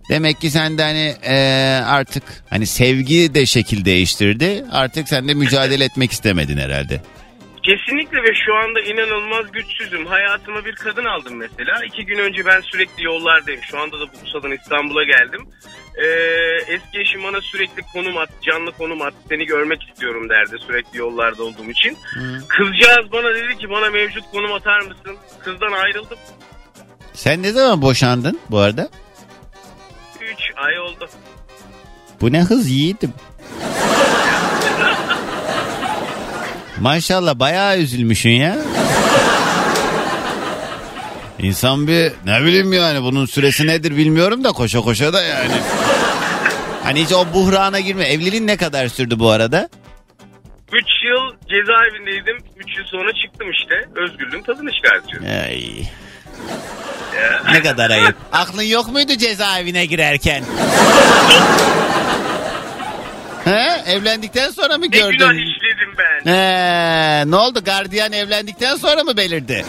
[SPEAKER 2] Demek ki sen de hani e, artık hani sevgi de şekil değiştirdi. Artık sen de mücadele etmek istemedin herhalde.
[SPEAKER 11] Kesinlikle ve şu anda inanılmaz güçsüzüm. Hayatıma bir kadın aldım mesela. İki gün önce ben sürekli yollardayım. Şu anda da Bursa'dan İstanbul'a geldim. Ee, eski eşim bana sürekli konum at, canlı konum at, seni görmek istiyorum derdi sürekli yollarda olduğum için. Hı. Kızcağız bana dedi ki bana mevcut konum atar mısın? Kızdan ayrıldım.
[SPEAKER 2] Sen ne zaman boşandın bu arada?
[SPEAKER 11] Üç ay oldu.
[SPEAKER 2] Bu ne hız yiğidim. Maşallah bayağı üzülmüşsün ya. İnsan bir ne bileyim yani bunun süresi nedir bilmiyorum da koşa koşa da yani. Hani hiç o buhrana girme. Evliliğin ne kadar sürdü bu arada?
[SPEAKER 11] Üç yıl cezaevindeydim. Üç yıl sonra çıktım işte. Özgürlüğün tadını çıkartıyorum.
[SPEAKER 2] Ay. Ne kadar ayıp. Aklın yok muydu cezaevine girerken? He? Evlendikten sonra mı gördün?
[SPEAKER 11] Ne günah işledim ben.
[SPEAKER 2] He, ne oldu? Gardiyan evlendikten sonra mı belirdi?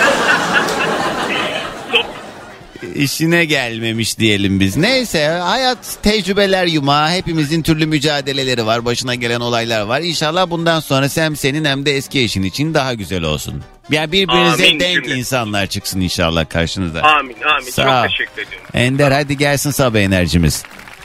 [SPEAKER 2] İşine gelmemiş diyelim biz. Neyse hayat tecrübeler yumağı. Hepimizin türlü mücadeleleri var. Başına gelen olaylar var. İnşallah bundan sonra hem senin hem de eski eşin için daha güzel olsun. Yani birbirinize amin denk şimdi. İnsanlar çıksın inşallah karşınıza.
[SPEAKER 11] Amin amin.
[SPEAKER 2] Sağ
[SPEAKER 11] Çok teşekkür ediyorum.
[SPEAKER 2] Ender hadi gelsin sabah enerjimiz.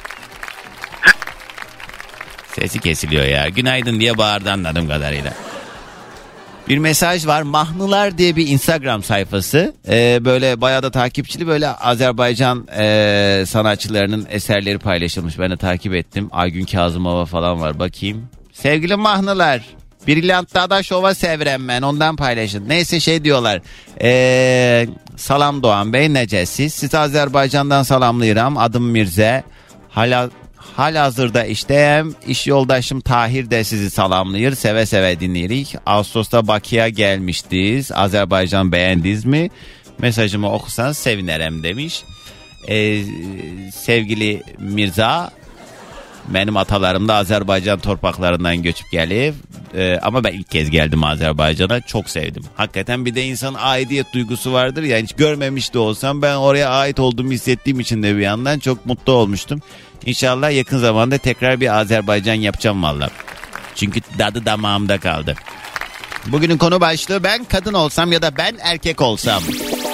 [SPEAKER 2] Sesi kesiliyor ya. Günaydın diye bağırdı anladığım kadarıyla. Bir mesaj var. Mahnular diye bir Instagram sayfası. Ee, böyle bayağı da takipçili böyle Azerbaycan e, sanatçılarının eserleri paylaşılmış. Ben de takip ettim. Aygün Kazımova falan var. Bakayım. Sevgili Mahnular. Brilliant'ta da şova sevrem ben. Ondan paylaşın. Neyse şey diyorlar. Ee, salam Doğan Bey necəsiz? Sizi Azerbaycan'dan salamlayıram. Adım Mirze. Hala... Halihazırda işteyim. İş yoldaşım Tahir de sizi salamlayır. Seve seve dinleyirik. Ağustos'ta Bakı'ya gelmiştiz. Azerbaycan beğendiniz mi? Mesajımı okusanız sevinirim demiş. Ee, sevgili Mirza, benim atalarım da Azerbaycan torpaklarından göçüp gelip ee, ama ben ilk kez geldim Azerbaycan'a, çok sevdim. Hakikaten bir de insan aidiyet duygusu vardır ya, hiç görmemiş de olsam ben oraya ait olduğumu hissettiğim için de bir yandan çok mutlu olmuştum. İnşallah yakın zamanda tekrar bir Azerbaycan yapacağım valla. Çünkü tadı damağımda kaldı. Bugünün konu başlığı ben kadın olsam ya da ben erkek olsam.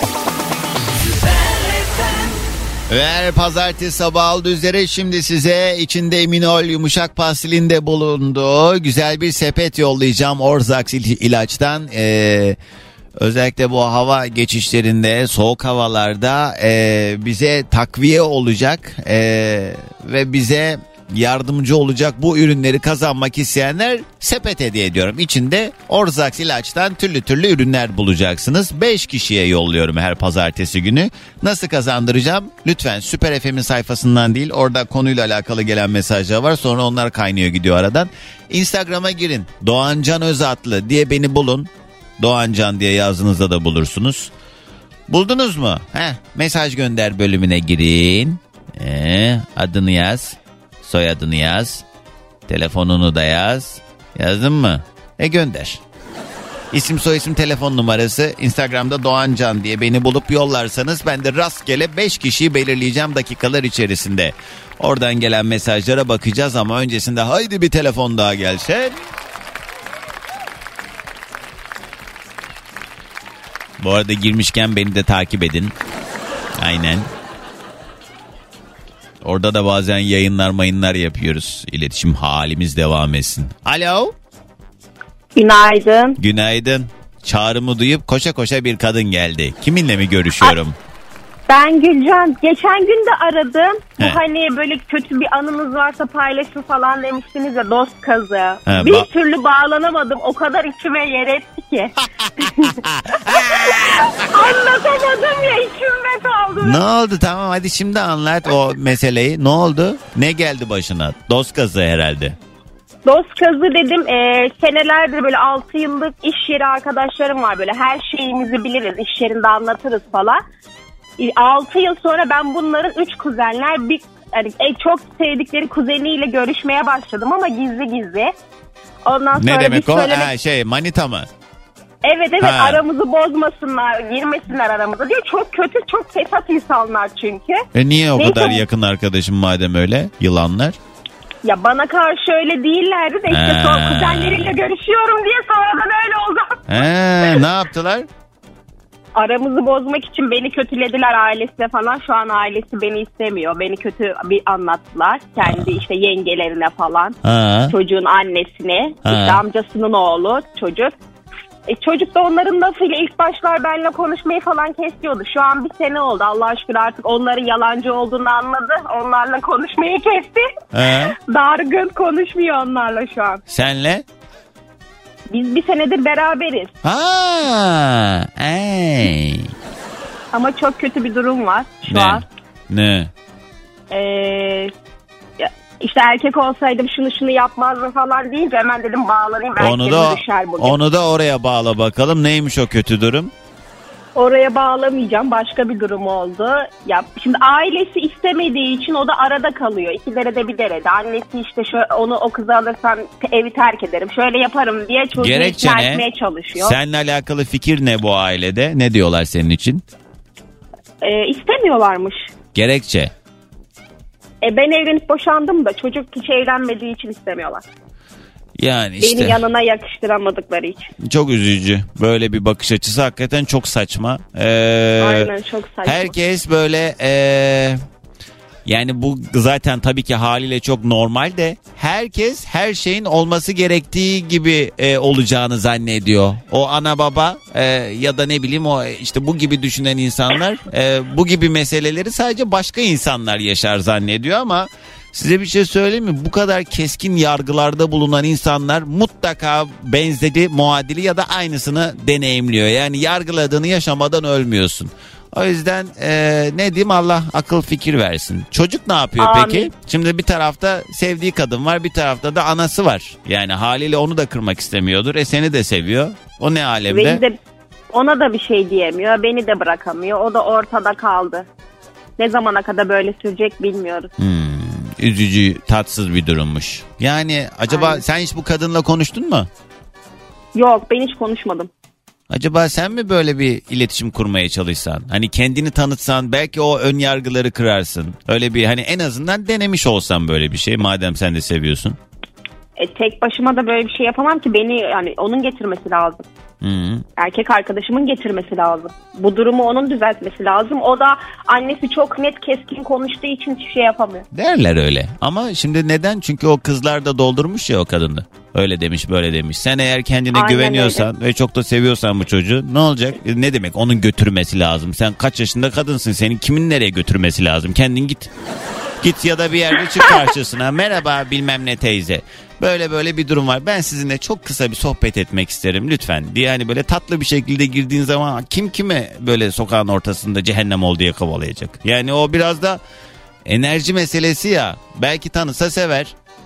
[SPEAKER 2] Ve pazartesi sabahı olduğu üzere şimdi size içinde Eminol yumuşak pastilinde bulunduğu güzel bir sepet yollayacağım Orzax ilaçtan. Ee, özellikle bu hava geçişlerinde, soğuk havalarda e, bize takviye olacak e, ve bize yardımcı olacak bu ürünleri kazanmak isteyenler sepet hediye ediyorum. İçinde Orzax ilaçtan türlü türlü ürünler bulacaksınız. beş kişiye yolluyorum her pazartesi günü. Nasıl kazandıracağım? Lütfen Süper F M'in sayfasından değil, orada konuyla alakalı gelen mesajlar var. Sonra onlar kaynıyor gidiyor aradan. Instagram'a girin. Doğancan Özatlı diye beni bulun. Doğancan diye yazdığınızda da bulursunuz. Buldunuz mu? Heh, mesaj gönder bölümüne girin. Ee, adını yaz. Soyadını yaz. Telefonunu da yaz. Yazdın mı? E gönder. İsim soyisim telefon numarası. Instagram'da Doğancan diye beni bulup yollarsanız ben de rastgele beş kişiyi belirleyeceğim dakikalar içerisinde. Oradan gelen mesajlara bakacağız ama öncesinde haydi bir telefon daha gelsin. Bu arada girmişken beni de takip edin. Aynen. Orada da bazen yayınlar mayınlar yapıyoruz. İletişim halimiz devam etsin. Alo.
[SPEAKER 12] Günaydın.
[SPEAKER 2] Günaydın. Çağrımı duyup koşa koşa bir kadın geldi. Kiminle mi görüşüyorum?
[SPEAKER 12] Ben Gülcan. Geçen gün de aradım. Bu
[SPEAKER 2] He.
[SPEAKER 12] hani böyle kötü bir anınız varsa paylaşın falan demiştiniz ya, dost kazı.
[SPEAKER 2] He,
[SPEAKER 12] bir
[SPEAKER 2] ba-
[SPEAKER 12] türlü bağlanamadım. O kadar içime yer etti ki. Anlatamadım ya, içimde kaldı.
[SPEAKER 2] Ne oldu? Tamam hadi şimdi anlat o meseleyi. Ne oldu? Ne geldi başına? Dost kazı herhalde.
[SPEAKER 12] Dost kazı dedim. E, senelerdir böyle altı yıllık iş yeri arkadaşlarım var. Böyle her şeyimizi biliriz. İş yerinde anlatırız falan. altı yıl sonra ben bunların üç kuzenler bir yani çok sevdikleri kuzeniyle görüşmeye başladım ama gizli gizli. Ondan sonra
[SPEAKER 2] ne demek o?
[SPEAKER 12] söylemek...
[SPEAKER 2] Ha, şey manita mı?
[SPEAKER 12] Evet evet
[SPEAKER 2] Ha.
[SPEAKER 12] aramızı bozmasınlar, girmesinler aramıza diye. Çok kötü, çok fesat insanlar çünkü.
[SPEAKER 2] E niye o
[SPEAKER 12] Neyse,
[SPEAKER 2] kadar yakın arkadaşım madem öyle yılanlar?
[SPEAKER 12] Ya bana karşı öyle değillerdi de işte
[SPEAKER 2] He.
[SPEAKER 12] son kuzenleriyle görüşüyorum diye sonradan öyle oldu.
[SPEAKER 2] He, ne yaptılar?
[SPEAKER 12] Aramızı bozmak için beni kötülediler ailesine falan. Şu an ailesi beni istemiyor. Beni kötü bir anlattılar. Kendi işte yengelerine falan.
[SPEAKER 2] Ha.
[SPEAKER 12] Çocuğun annesine.
[SPEAKER 2] Ha.
[SPEAKER 12] İşte amcasının oğlu çocuk. E, çocuk da onların lafıyla ilk başlar benimle konuşmayı falan kesiyordu. Şu an bir sene oldu. Allah'a şükür artık onların yalancı olduğunu anladı. Onlarla konuşmayı kesti.
[SPEAKER 2] He.
[SPEAKER 12] Dargın, konuşmuyor onlarla şu an.
[SPEAKER 2] Senle?
[SPEAKER 12] Biz bir senedir beraberiz.
[SPEAKER 2] Ha. Ey.
[SPEAKER 12] Ama çok kötü bir durum var şu
[SPEAKER 2] Ne?
[SPEAKER 12] an.
[SPEAKER 2] Ne?
[SPEAKER 12] Ee, ya işte erkek olsaydım şunu şunu yapmazdım falan deyince hemen dedim bağlanayım. Belki
[SPEAKER 2] Onu da
[SPEAKER 12] düşer bugün.
[SPEAKER 2] onu da oraya bağla bakalım. Neymiş o kötü durum?
[SPEAKER 12] Oraya bağlamayacağım. Başka bir durum oldu. Ya şimdi ailesi istemediği için o da arada kalıyor. İki derede bir derede. Annesi işte şu, onu o kızı alırsan evi terk ederim. Şöyle yaparım diye çocuğu
[SPEAKER 2] Gerekçe
[SPEAKER 12] ikna
[SPEAKER 2] ne?
[SPEAKER 12] etmeye çalışıyor.
[SPEAKER 2] Seninle alakalı fikir ne bu ailede? Ne diyorlar senin için?
[SPEAKER 12] Ee, istemiyorlarmış.
[SPEAKER 2] Gerekçe.
[SPEAKER 12] E, ben evlenip boşandım da çocuk hiç evlenmediği için istemiyorlar.
[SPEAKER 2] Yani işte.
[SPEAKER 12] Beni yanına yakıştıramadıkları için.
[SPEAKER 2] Çok üzücü. Böyle bir bakış açısı hakikaten çok saçma. Ee,
[SPEAKER 12] Aynen çok saçma.
[SPEAKER 2] Herkes böyle ee, yani bu zaten tabii ki haliyle çok normal de herkes her şeyin olması gerektiği gibi e, olacağını zannediyor. O ana baba e, ya da ne bileyim o işte bu gibi düşünen insanlar e, bu gibi meseleleri sadece başka insanlar yaşar zannediyor ama size bir şey söyleyeyim mi? Bu kadar keskin yargılarda bulunan insanlar mutlaka benzeri, muadili ya da aynısını deneyimliyor. Yani yargıladığını yaşamadan ölmüyorsun. O yüzden e, ne diyeyim, Allah akıl fikir versin. Çocuk ne yapıyor
[SPEAKER 12] Amin.
[SPEAKER 2] peki? Şimdi bir tarafta sevdiği kadın var, bir tarafta da anası var. Yani haliyle onu da kırmak istemiyordur. E seni de seviyor. O ne alemde?
[SPEAKER 12] Beni de, ona da bir şey diyemiyor. Beni de bırakamıyor. O da ortada kaldı. Ne zamana kadar böyle sürecek bilmiyoruz.
[SPEAKER 2] Hmm, üzücü, tatsız bir durummuş. Yani acaba
[SPEAKER 12] Aynen.
[SPEAKER 2] sen hiç bu kadınla konuştun mu?
[SPEAKER 12] Yok, ben hiç konuşmadım.
[SPEAKER 2] Acaba sen mi böyle bir iletişim kurmaya çalışsan? Hani kendini tanıtsan, belki o ön yargıları kırarsın. Öyle bir hani en azından denemiş olsan böyle bir şey, madem sen de seviyorsun.
[SPEAKER 12] E, tek başıma da böyle bir şey yapamam ki, beni yani onun getirmesi lazım.
[SPEAKER 2] Hı-hı.
[SPEAKER 12] Erkek arkadaşımın getirmesi lazım. Bu durumu onun düzeltmesi lazım. O da annesi çok net, keskin konuştuğu için hiçbir şey yapamıyor.
[SPEAKER 2] Derler öyle. Ama şimdi neden? Çünkü o kızlar da doldurmuş ya o kadını. Öyle demiş, böyle demiş. Sen eğer kendine
[SPEAKER 12] Aynen
[SPEAKER 2] güveniyorsan
[SPEAKER 12] öyle.
[SPEAKER 2] ve çok da seviyorsan bu çocuğu, ne olacak? E, Ne demek? Onun götürmesi lazım. Sen kaç yaşında kadınsın? Senin kimin nereye götürmesi lazım? Kendin git. Git ya da bir yerde çık karşısına. Merhaba bilmem ne teyze. Böyle böyle bir durum var. Ben sizinle çok kısa bir sohbet etmek isterim lütfen diye, hani böyle tatlı bir şekilde girdiğin zaman kim kime böyle sokağın ortasında cehennem ol diye kovalayacak. Yani o biraz da enerji meselesi ya. Belki tanısa sever.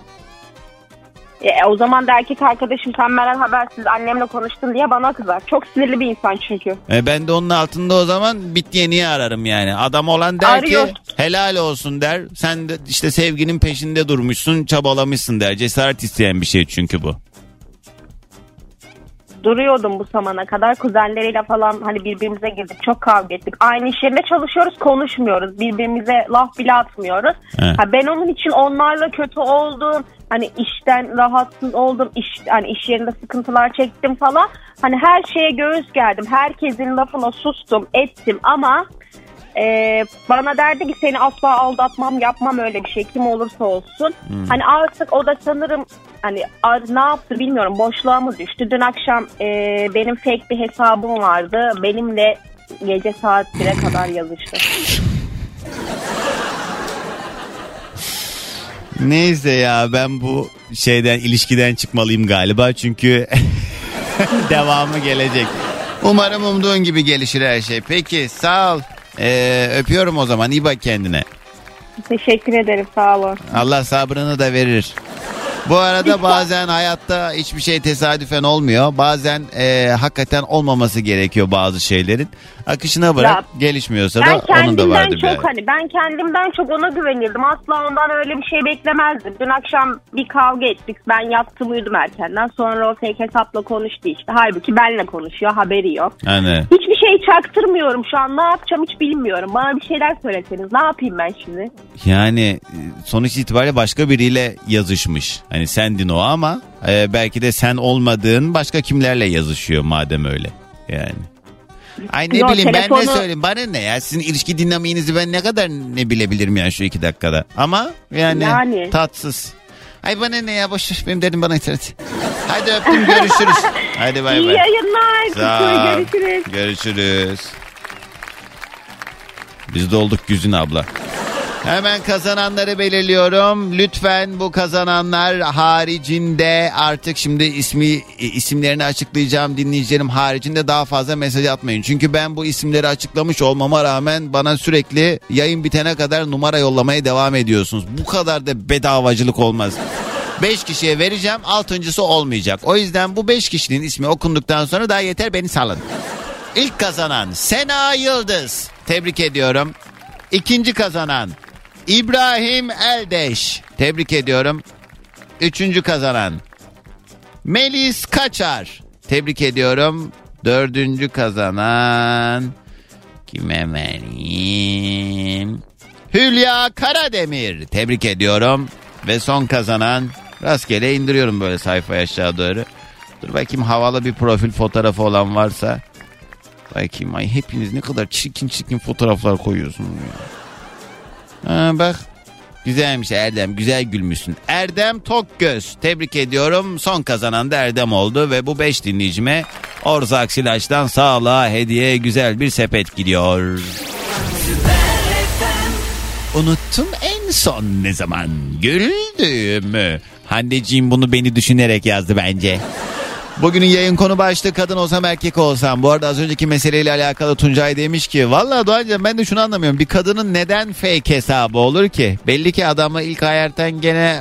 [SPEAKER 12] E, o zaman da erkek arkadaşım sen benden habersiz annemle konuştun diye bana kızar. Çok sinirli bir insan çünkü.
[SPEAKER 2] E ben de onun altında o zaman bit diye niye ararım yani. Adam olan der
[SPEAKER 12] Arıyor.
[SPEAKER 2] ki helal olsun der. Sen de işte sevginin peşinde durmuşsun, çabalamışsın der. Cesaret isteyen bir şey çünkü bu.
[SPEAKER 12] Duruyordum bu zamana kadar. Kuzenleriyle falan hani birbirimize girdik. Çok kavga ettik. Aynı iş yerinde çalışıyoruz, konuşmuyoruz. Birbirimize laf bile atmıyoruz. Ha, ben onun için onlarla kötü oldum. Hani işten rahatsız oldum. İş, hani iş yerinde sıkıntılar çektim falan. Hani her şeye göğüs gerdim. Herkesin lafına sustum, ettim ama e, bana derdi ki seni asla aldatmam, yapmam öyle bir şey. Kim olursa olsun. Hmm. Hani artık o da sanırım hani ne yaptı bilmiyorum. Boşluğa mı düştü? Dün akşam e, benim fake bir hesabım vardı. Benimle gece saat bire kadar yazıştı.
[SPEAKER 2] Neyse ya, ben bu şeyden, ilişkiden çıkmalıyım galiba çünkü devamı gelecek. Umarım umduğun gibi gelişir her şey. Peki, sağ ol. Ee, öpüyorum o zaman. İyi bak kendine.
[SPEAKER 12] Teşekkür ederim, sağ olun.
[SPEAKER 2] Allah sabrını da verir. Bu arada bazen hayatta hiçbir şey tesadüfen olmuyor. Bazen e, hakikaten olmaması gerekiyor bazı şeylerin. Akışına bırak.
[SPEAKER 12] Ya,
[SPEAKER 2] gelişmiyorsa
[SPEAKER 12] ben
[SPEAKER 2] da onun da vardır.
[SPEAKER 12] çok yani. hani ben kendimden çok ona güvenirdim. Asla ondan öyle bir şey beklemezdim. Dün akşam bir kavga ettik. Ben yattım uyudum erkenden. Sonra o fake hesapla konuştu işte. Halbuki benle konuşuyor. Haberi yok.
[SPEAKER 2] Yani.
[SPEAKER 12] Hiçbir şey çaktırmıyorum şu an. Ne yapacağım hiç bilmiyorum. Bana bir şeyler söyleseniz. Ne yapayım ben şimdi?
[SPEAKER 2] Yani sonuç itibariyle başka biriyle yazışmış. Hani sendin o ama e, belki de sen olmadığın başka kimlerle yazışıyor madem öyle. Yani. Ay ne
[SPEAKER 12] Yo,
[SPEAKER 2] bileyim
[SPEAKER 12] telefonu...
[SPEAKER 2] ben ne söyleyeyim, bana ne ya, sizin ilişki dinamiğinizi ben ne kadar ne bilebilirim yani şu iki dakikada. Ama yani, yani. tatsız. Ay bana ne ya, boş ver, benim dedim bana itiraz. Hadi öptüm, görüşürüz. Hadi bay bay.
[SPEAKER 12] İyi yayınlar.
[SPEAKER 2] Sağ ol.
[SPEAKER 12] Görüşürüz.
[SPEAKER 2] Görüşürüz. Biz de olduk Güzin abla. Hemen kazananları belirliyorum. Lütfen bu kazananlar haricinde, artık şimdi ismi isimlerini açıklayacağım, dinleyicilerim haricinde daha fazla mesaj atmayın. Çünkü ben bu isimleri açıklamış olmama rağmen bana sürekli yayın bitene kadar numara yollamaya devam ediyorsunuz. Bu kadar da bedavacılık olmaz. beş kişiye vereceğim, altıncısı olmayacak. O yüzden bu beş kişinin ismi okunduktan sonra daha yeter, beni salın. İlk kazanan Sena Yıldız. Tebrik ediyorum. İkinci kazanan İbrahim Eldeş. Tebrik ediyorum. Üçüncü kazanan Melis Kaçar. Tebrik ediyorum. Dördüncü kazanan kime vereyim? Hülya Karademir. Tebrik ediyorum. Ve son kazanan, rastgele indiriyorum böyle sayfaya aşağı doğru. Dur bakayım, havalı bir profil fotoğrafı olan varsa. Bakayım, ay hepiniz ne kadar çirkin çirkin fotoğraflar koyuyorsunuz ya. Ha, bak güzelmiş Erdem, güzel gülmüşsün. Erdem Tokgöz, tebrik ediyorum. Son kazanan da Erdem oldu ve bu beş dinleyicime Orzak Silaç'tan sağlığa hediye güzel bir sepet gidiyor. Unuttum en son ne zaman güldüğümü. Handeciğim bunu beni düşünerek yazdı bence. Bugünün yayın konu başlığı kadın olsam erkek olsam. Bu arada az önceki meseleyle alakalı Tuncay demiş ki vallahi Doğancığım ben de şunu anlamıyorum. Bir kadının neden fake hesabı olur ki? Belli ki adamla ilk hayattan gene...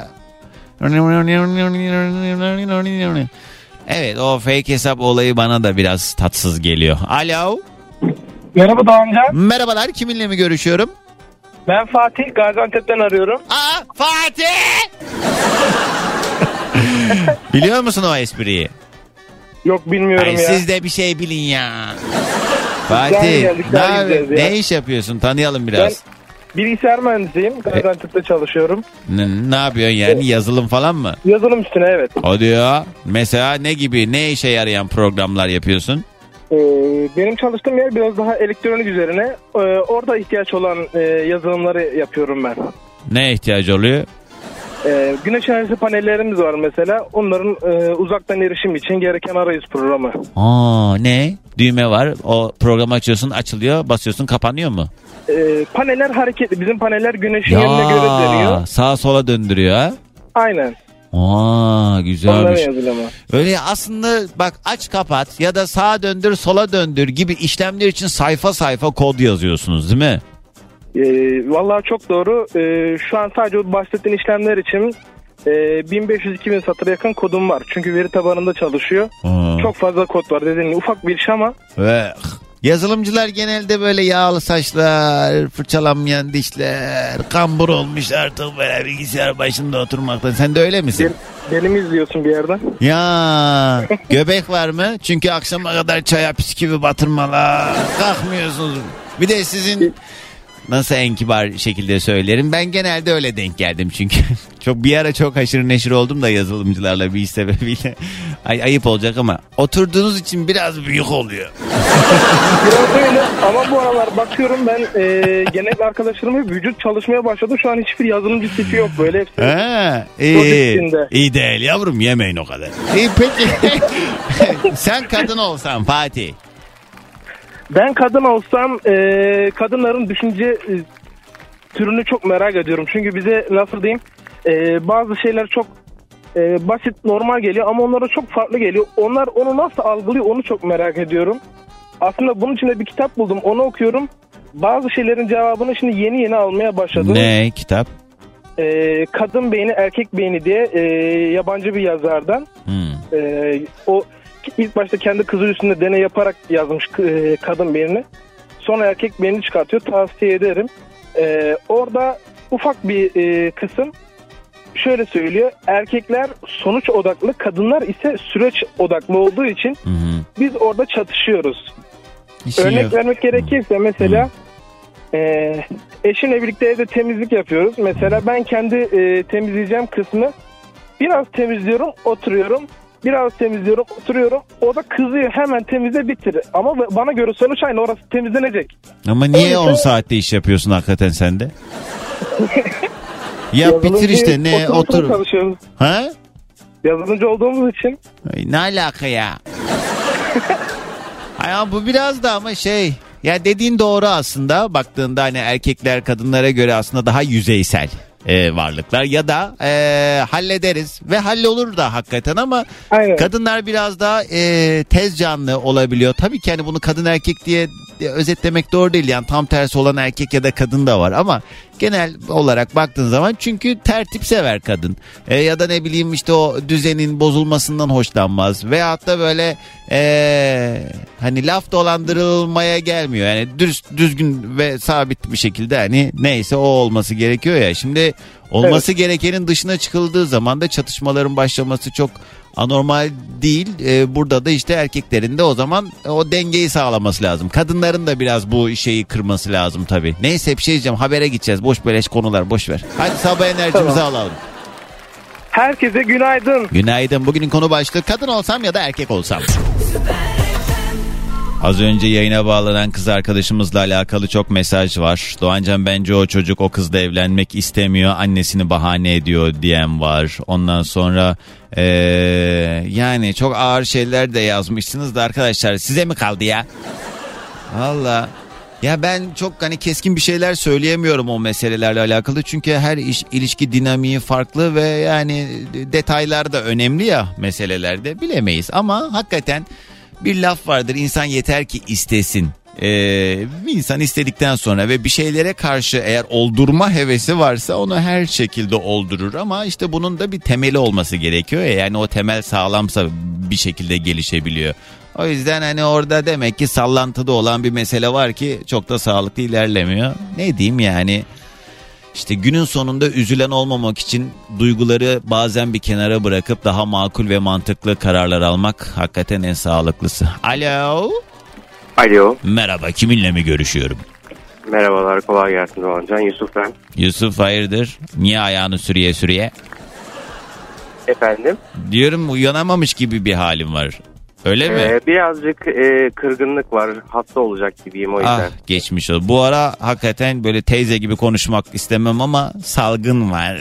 [SPEAKER 2] Evet, o fake hesap olayı bana da biraz tatsız geliyor. Alo.
[SPEAKER 13] Merhaba Doğancığım.
[SPEAKER 2] Merhabalar, kiminle mi görüşüyorum?
[SPEAKER 13] Ben Fatih, Gaziantep'ten arıyorum.
[SPEAKER 2] Aa, Fatih! Biliyor musun o espriyi?
[SPEAKER 13] Yok, bilmiyorum
[SPEAKER 2] Ay,
[SPEAKER 13] ya.
[SPEAKER 2] siz de bir şey bilin ya. Fatih, ne, ne iş yapıyorsun? Tanıyalım biraz.
[SPEAKER 13] Ben bilgisayar mühendisiyim. Gaziantep'te çalışıyorum.
[SPEAKER 2] Ne, ne yapıyorsun yani? Yazılım falan mı?
[SPEAKER 13] Yazılım üstüne, evet.
[SPEAKER 2] Hadi ya. Mesela ne gibi, ne işe yarayan programlar yapıyorsun?
[SPEAKER 13] Ee, benim çalıştığım yer biraz daha elektronik üzerine. Ee, orada ihtiyaç olan e, yazılımları yapıyorum ben.
[SPEAKER 2] Ne ihtiyacı oluyor?
[SPEAKER 13] Ee, güneş enerjisi panellerimiz var mesela. Onların e, uzaktan erişim için gereken arayüz programı.
[SPEAKER 2] Aa, ne? Düğme var. O programı açıyorsun, açılıyor, basıyorsun, kapanıyor mu?
[SPEAKER 13] Ee, paneller hareketli. Bizim paneller güneşin yönüne göre dönüyor.
[SPEAKER 2] Sağa sola döndürüyor ha?
[SPEAKER 13] Aynen.
[SPEAKER 2] Aa, güzelmiş.
[SPEAKER 13] yazılımı.
[SPEAKER 2] Öyle aslında bak, aç kapat ya da sağa döndür sola döndür gibi işlemler için sayfa sayfa kod yazıyorsunuz değil mi?
[SPEAKER 13] E, vallahi çok doğru. E, şu an sadece o bahsettiğin işlemler için e, bin beş yüz iki bin satıra yakın kodum var. Çünkü veri tabanında çalışıyor.
[SPEAKER 2] Aa.
[SPEAKER 13] Çok fazla kod var. Dediğim gibi ufak bir iş ama.
[SPEAKER 2] Ve yazılımcılar genelde böyle yağlı saçlar, fırçalanmayan dişler, kambur olmuş artık böyle bilgisayar başında oturmaktan. Sen de öyle misin?
[SPEAKER 13] Beni mi izliyorsun bir yerden?
[SPEAKER 2] Ya göbek var mı? Çünkü akşama kadar çaya bisküvi batırmalar, kalkmıyorsunuz. Bir de sizin... Nasıl en kibar şekilde söylerim. Ben genelde öyle denk geldim çünkü. Çok bir ara çok haşır neşir oldum da yazılımcılarla bir iş sebebiyle. Ay, ayıp olacak ama oturduğunuz için biraz büyük oluyor.
[SPEAKER 13] Biraz öyle ama bu aralar bakıyorum ben e, genel arkadaşlarım vücut çalışmaya başladı. Şu an hiçbir yazılımcı tipi yok böyle hepsi.
[SPEAKER 2] Ha, iyi, iyi değil yavrum, yemeyin o kadar. İyi, peki sen kadın olsan Fatih.
[SPEAKER 13] Ben kadın olsam e, kadınların düşünce e, türünü çok merak ediyorum. Çünkü bize nasıl diyeyim e, bazı şeyler çok e, basit, normal geliyor ama onlara çok farklı geliyor. Onlar onu nasıl algılıyor onu çok merak ediyorum. Aslında bunun için de bir kitap buldum, onu okuyorum. Bazı şeylerin cevabını şimdi yeni yeni almaya başladım.
[SPEAKER 2] Ne kitap?
[SPEAKER 13] E, Kadın Beyni Erkek Beyni diye e, yabancı bir yazardan.
[SPEAKER 2] Hmm.
[SPEAKER 13] E, o ilk başta kendi kızı üstünde deney yaparak yazmış e, kadın beynini. Sonra erkek belini çıkartıyor. Tavsiye ederim. Ee, orada ufak bir e, kısım şöyle söylüyor. Erkekler sonuç odaklı, kadınlar ise süreç odaklı olduğu için
[SPEAKER 2] Hı hı.
[SPEAKER 13] biz orada çatışıyoruz.
[SPEAKER 2] İşi
[SPEAKER 13] Örnek
[SPEAKER 2] yok.
[SPEAKER 13] vermek gerekirse mesela e, eşimle birlikte evde temizlik yapıyoruz. Mesela ben kendi e, temizleyeceğim kısmı biraz temizliyorum, oturuyorum. Biraz temizliyorum, oturuyorum. O da kızıyor, hemen temizle bitir. Ama bana göre sonuç aynı, orası temizlenecek.
[SPEAKER 2] Ama niye
[SPEAKER 13] Öyleyse-
[SPEAKER 2] on saatte iş yapıyorsun hakikaten sen de? Yap bitir işte, ne otur.
[SPEAKER 13] Çalışıyoruz.
[SPEAKER 2] Ha?
[SPEAKER 13] Yazılımcı olduğumuz için.
[SPEAKER 2] Ay, ne alaka ya? Ay, bu biraz da ama şey, ya dediğin doğru aslında, baktığında hani erkekler kadınlara göre aslında daha yüzeysel e, varlıklar ya da e, hallederiz ve hallolur da hakikaten ama
[SPEAKER 13] Aynen.
[SPEAKER 2] kadınlar biraz daha e, tez canlı olabiliyor. Tabii ki hani bunu kadın erkek diye özetlemek doğru değil, yani tam tersi olan erkek ya da kadın da var ama genel olarak baktığın zaman çünkü tertip sever kadın e, ya da ne bileyim işte o düzenin bozulmasından hoşlanmaz veyahut da böyle e, hani laf dolandırılmaya gelmiyor, yani düz, düzgün ve sabit bir şekilde hani neyse o olması gerekiyor ya. Şimdi olması evet. gerekenin dışına çıkıldığı zaman da çatışmaların başlaması çok anormal değil. Ee, burada da işte erkeklerin de o zaman o dengeyi sağlaması lazım. Kadınların da biraz bu şeyi kırması lazım tabii. Neyse bir şey diyeceğim, habere gideceğiz. Boş beleş konular, boş ver. Hadi sabah enerjimizi
[SPEAKER 13] Tamam.
[SPEAKER 2] alalım.
[SPEAKER 13] Herkese günaydın.
[SPEAKER 2] Günaydın. Bugünün konu başlığı kadın olsam ya da erkek olsam. Az önce yayına bağlanan kız arkadaşımızla alakalı çok mesaj var. Doğancan bence o çocuk o kızla evlenmek istemiyor, annesini bahane ediyor diyen var. Ondan sonra ee, yani çok ağır şeyler de yazmışsınız da arkadaşlar, size mi kaldı ya? Valla ya ben çok hani keskin bir şeyler söyleyemiyorum o meselelerle alakalı. Çünkü her iş ilişki dinamiği farklı ve yani detaylar da önemli ya meselelerde, bilemeyiz. Ama hakikaten bir laf vardır, insan yeter ki istesin. Ee, bir insan istedikten sonra ve bir şeylere karşı eğer oldurma hevesi varsa onu her şekilde oldurur. Ama işte bunun da bir temeli olması gerekiyor ya, yani o temel sağlamsa bir şekilde gelişebiliyor. O yüzden hani orada demek ki sallantıda olan bir mesele var ki çok da sağlıklı ilerlemiyor. Ne diyeyim yani, işte günün sonunda üzülen olmamak için duyguları bazen bir kenara bırakıp daha makul ve mantıklı kararlar almak hakikaten en sağlıklısı. Alo.
[SPEAKER 14] Alo.
[SPEAKER 2] Merhaba, kiminle mi görüşüyorum?
[SPEAKER 14] Merhabalar, kolay gelsin Doğancan. Yusuf ben.
[SPEAKER 2] Yusuf, hayırdır? Niye ayağını sürüye sürüye?
[SPEAKER 14] Efendim?
[SPEAKER 2] Diyorum uyanamamış gibi bir halim var. Öyle mi?
[SPEAKER 14] Ee, birazcık e, kırgınlık var. Hasta olacak gibiyim o yüzden.
[SPEAKER 2] Ah, geçmiş olsun. Bu ara hakikaten böyle teyze gibi konuşmak istemem ama salgın var.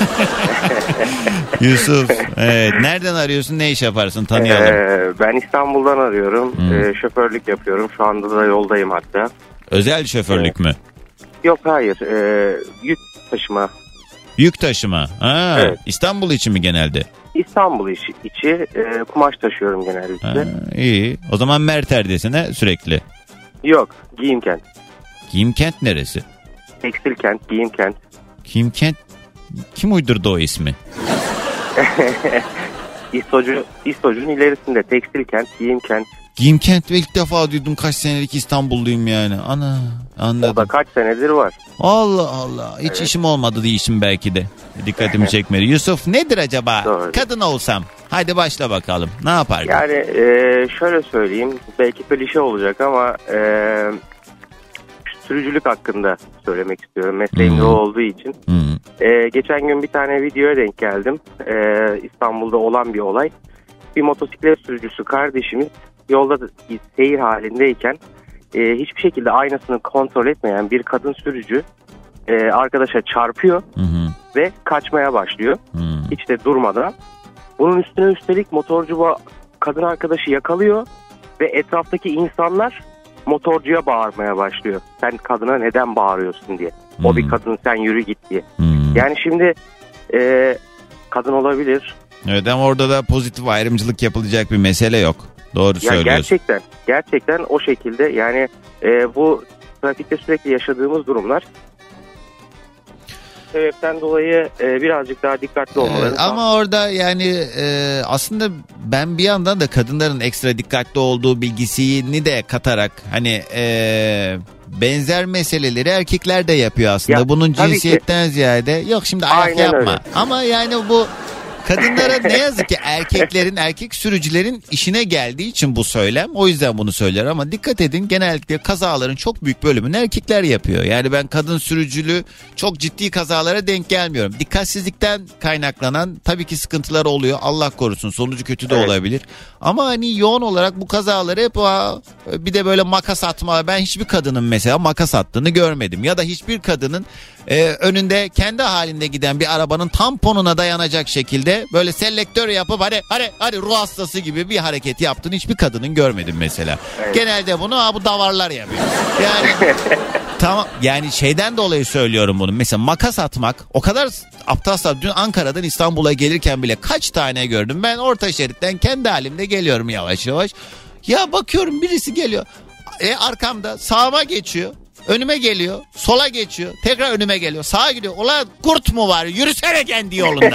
[SPEAKER 2] Yusuf, evet. Nereden arıyorsun? Ne iş yaparsın? Tanıyalım.
[SPEAKER 14] Ee, ben İstanbul'dan arıyorum.
[SPEAKER 2] Hmm.
[SPEAKER 14] Ee, şoförlük yapıyorum. Şu anda da yoldayım hatta.
[SPEAKER 2] Özel şoförlük
[SPEAKER 14] ee,
[SPEAKER 2] mü?
[SPEAKER 14] Yok, hayır. Ee, yük taşıma.
[SPEAKER 2] Yük taşıma. Ha,
[SPEAKER 14] evet.
[SPEAKER 2] İstanbul için mi genelde?
[SPEAKER 14] İstanbul içi, içi e, kumaş taşıyorum genellikle.
[SPEAKER 2] Ha, iyi. O zaman Merter'desine sürekli.
[SPEAKER 14] Yok, Giyimkent.
[SPEAKER 2] Giyimkent neresi?
[SPEAKER 14] Tekstilkent, Giyimkent.
[SPEAKER 2] Giyimkent kim uydurdu o ismi?
[SPEAKER 14] İstocu, İstocu'nun ilerisinde Tekstilkent, Giyimkent.
[SPEAKER 2] Giyimkent ve ilk defa duydum, kaç senelik İstanbulluyum yani. Ana, anladım.
[SPEAKER 14] O da kaç senedir var.
[SPEAKER 2] Allah Allah. Hiç evet. işim olmadı diyişim belki de. Dikkatimi çekmedi. Yusuf, nedir acaba? Doğru. Kadın olsam. Hadi başla bakalım. Ne yapardın?
[SPEAKER 14] Yani e, şöyle söyleyeyim. Belki klişe olacak ama e, sürücülük hakkında söylemek istiyorum. Mesleğim de o olduğu için. E, geçen gün bir tane videoya denk geldim. E, İstanbul'da olan bir olay. Bir motosiklet sürücüsü kardeşimiz yolda seyir halindeyken e, hiçbir şekilde aynasını kontrol etmeyen bir kadın sürücü e, arkadaşa çarpıyor hı hı. ve kaçmaya başlıyor. Hı. Hiç de durmadan. Bunun üstüne üstelik motorcu bu kadın arkadaşı yakalıyor ve etraftaki insanlar motorcuya bağırmaya başlıyor. Sen kadına neden bağırıyorsun diye. Hı. O bir kadın, sen yürü git diye. Hı. Yani şimdi e, kadın olabilir.
[SPEAKER 2] Evet, ama orada da pozitif ayrımcılık yapılacak bir mesele yok. Doğru ya söylüyorsun.
[SPEAKER 14] Gerçekten, gerçekten o şekilde yani e, bu trafikte sürekli yaşadığımız durumlar. sebepten dolayı e, birazcık daha dikkatli olmaları.
[SPEAKER 2] Evet, ama orada yani e, aslında ben bir yandan da kadınların ekstra dikkatli olduğu bilgisini de katarak hani e, benzer meseleleri erkekler de yapıyor aslında. Ya, bunun cinsiyetten ziyade yok şimdi ayak Aynen yapma. Öyle. Ama yani bu kadınlara ne yazık ki erkeklerin, erkek sürücülerin işine geldiği için bu söylem. O yüzden bunu söyler ama dikkat edin genellikle kazaların çok büyük bölümünü erkekler yapıyor. Yani ben kadın sürücülü çok ciddi kazalara denk gelmiyorum. Dikkatsizlikten kaynaklanan tabii ki sıkıntılar oluyor. Allah korusun sonucu kötü de evet. olabilir. Ama hani yoğun olarak bu kazaları hep bir de böyle makas atma. Ben hiçbir kadının mesela makas attığını görmedim. Ya da hiçbir kadının e, önünde kendi halinde giden bir arabanın tamponuna dayanacak şekilde böyle selektör yapıp hadi hadi hadi ruh hastası gibi bir hareket yaptığını hiçbir kadının görmedim mesela. Evet. Genelde bunu ha, bu davarlar yapıyor. Yani tamam yani şeyden dolayı söylüyorum bunu. Mesela makas atmak o kadar aptal. Dün Ankara'dan İstanbul'a gelirken bile kaç tane gördüm. Ben orta şeritten kendi halimde geliyorum yavaş yavaş. Ya bakıyorum birisi geliyor. E arkamda sağıma geçiyor. Önüme geliyor, sola geçiyor, tekrar önüme geliyor, sağa gidiyor. Ulan kurt mu var? Yürüsene kendi yolunda.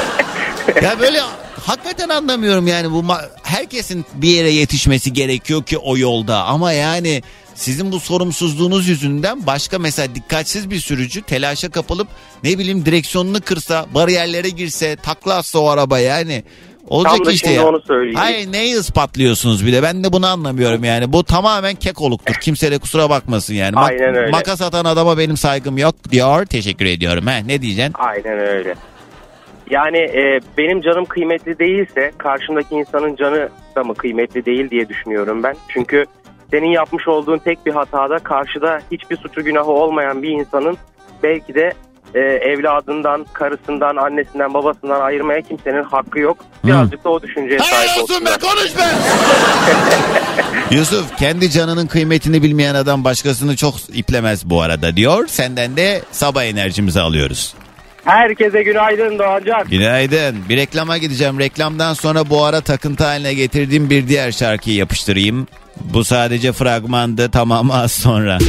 [SPEAKER 2] Ya böyle hakikaten anlamıyorum yani bu ma- herkesin bir yere yetişmesi gerekiyor ki o yolda. Ama yani sizin bu sorumsuzluğunuz yüzünden başka mesela dikkatsiz bir sürücü telaşa kapılıp ne bileyim direksiyonunu kırsa, bariyerlere girse, takla atsa o araba yani. Olacak işte ya. Hayır neyi ispatlıyorsunuz bir de ben de bunu anlamıyorum yani. Bu tamamen kekoluktur. Kimse de kusura bakmasın yani. Ma- Aynen öyle. Makas atan adama benim saygım yok diyor. Teşekkür ediyorum. He, ne diyeceksin?
[SPEAKER 14] Aynen öyle. Yani e, benim canım kıymetli değilse karşımdaki insanın canı da mı kıymetli değil diye düşünüyorum ben. Çünkü senin yapmış olduğun tek bir hatada karşıda hiçbir suçu günahı olmayan bir insanın belki de e, evladından, karısından, annesinden, babasından ayırmaya kimsenin hakkı yok. Birazcık da o düşünceye sahip olsun.
[SPEAKER 2] Olsun be, konuş be! Yusuf, kendi canının kıymetini bilmeyen adam başkasını çok iplemez bu arada diyor. Senden de sabah enerjimizi alıyoruz.
[SPEAKER 14] Herkese günaydın Doğancan.
[SPEAKER 2] Günaydın. Bir reklama gideceğim. Reklamdan sonra bu ara takıntı haline getirdiğim bir diğer şarkıyı yapıştırayım. Bu sadece fragmandı, tamamı az sonra.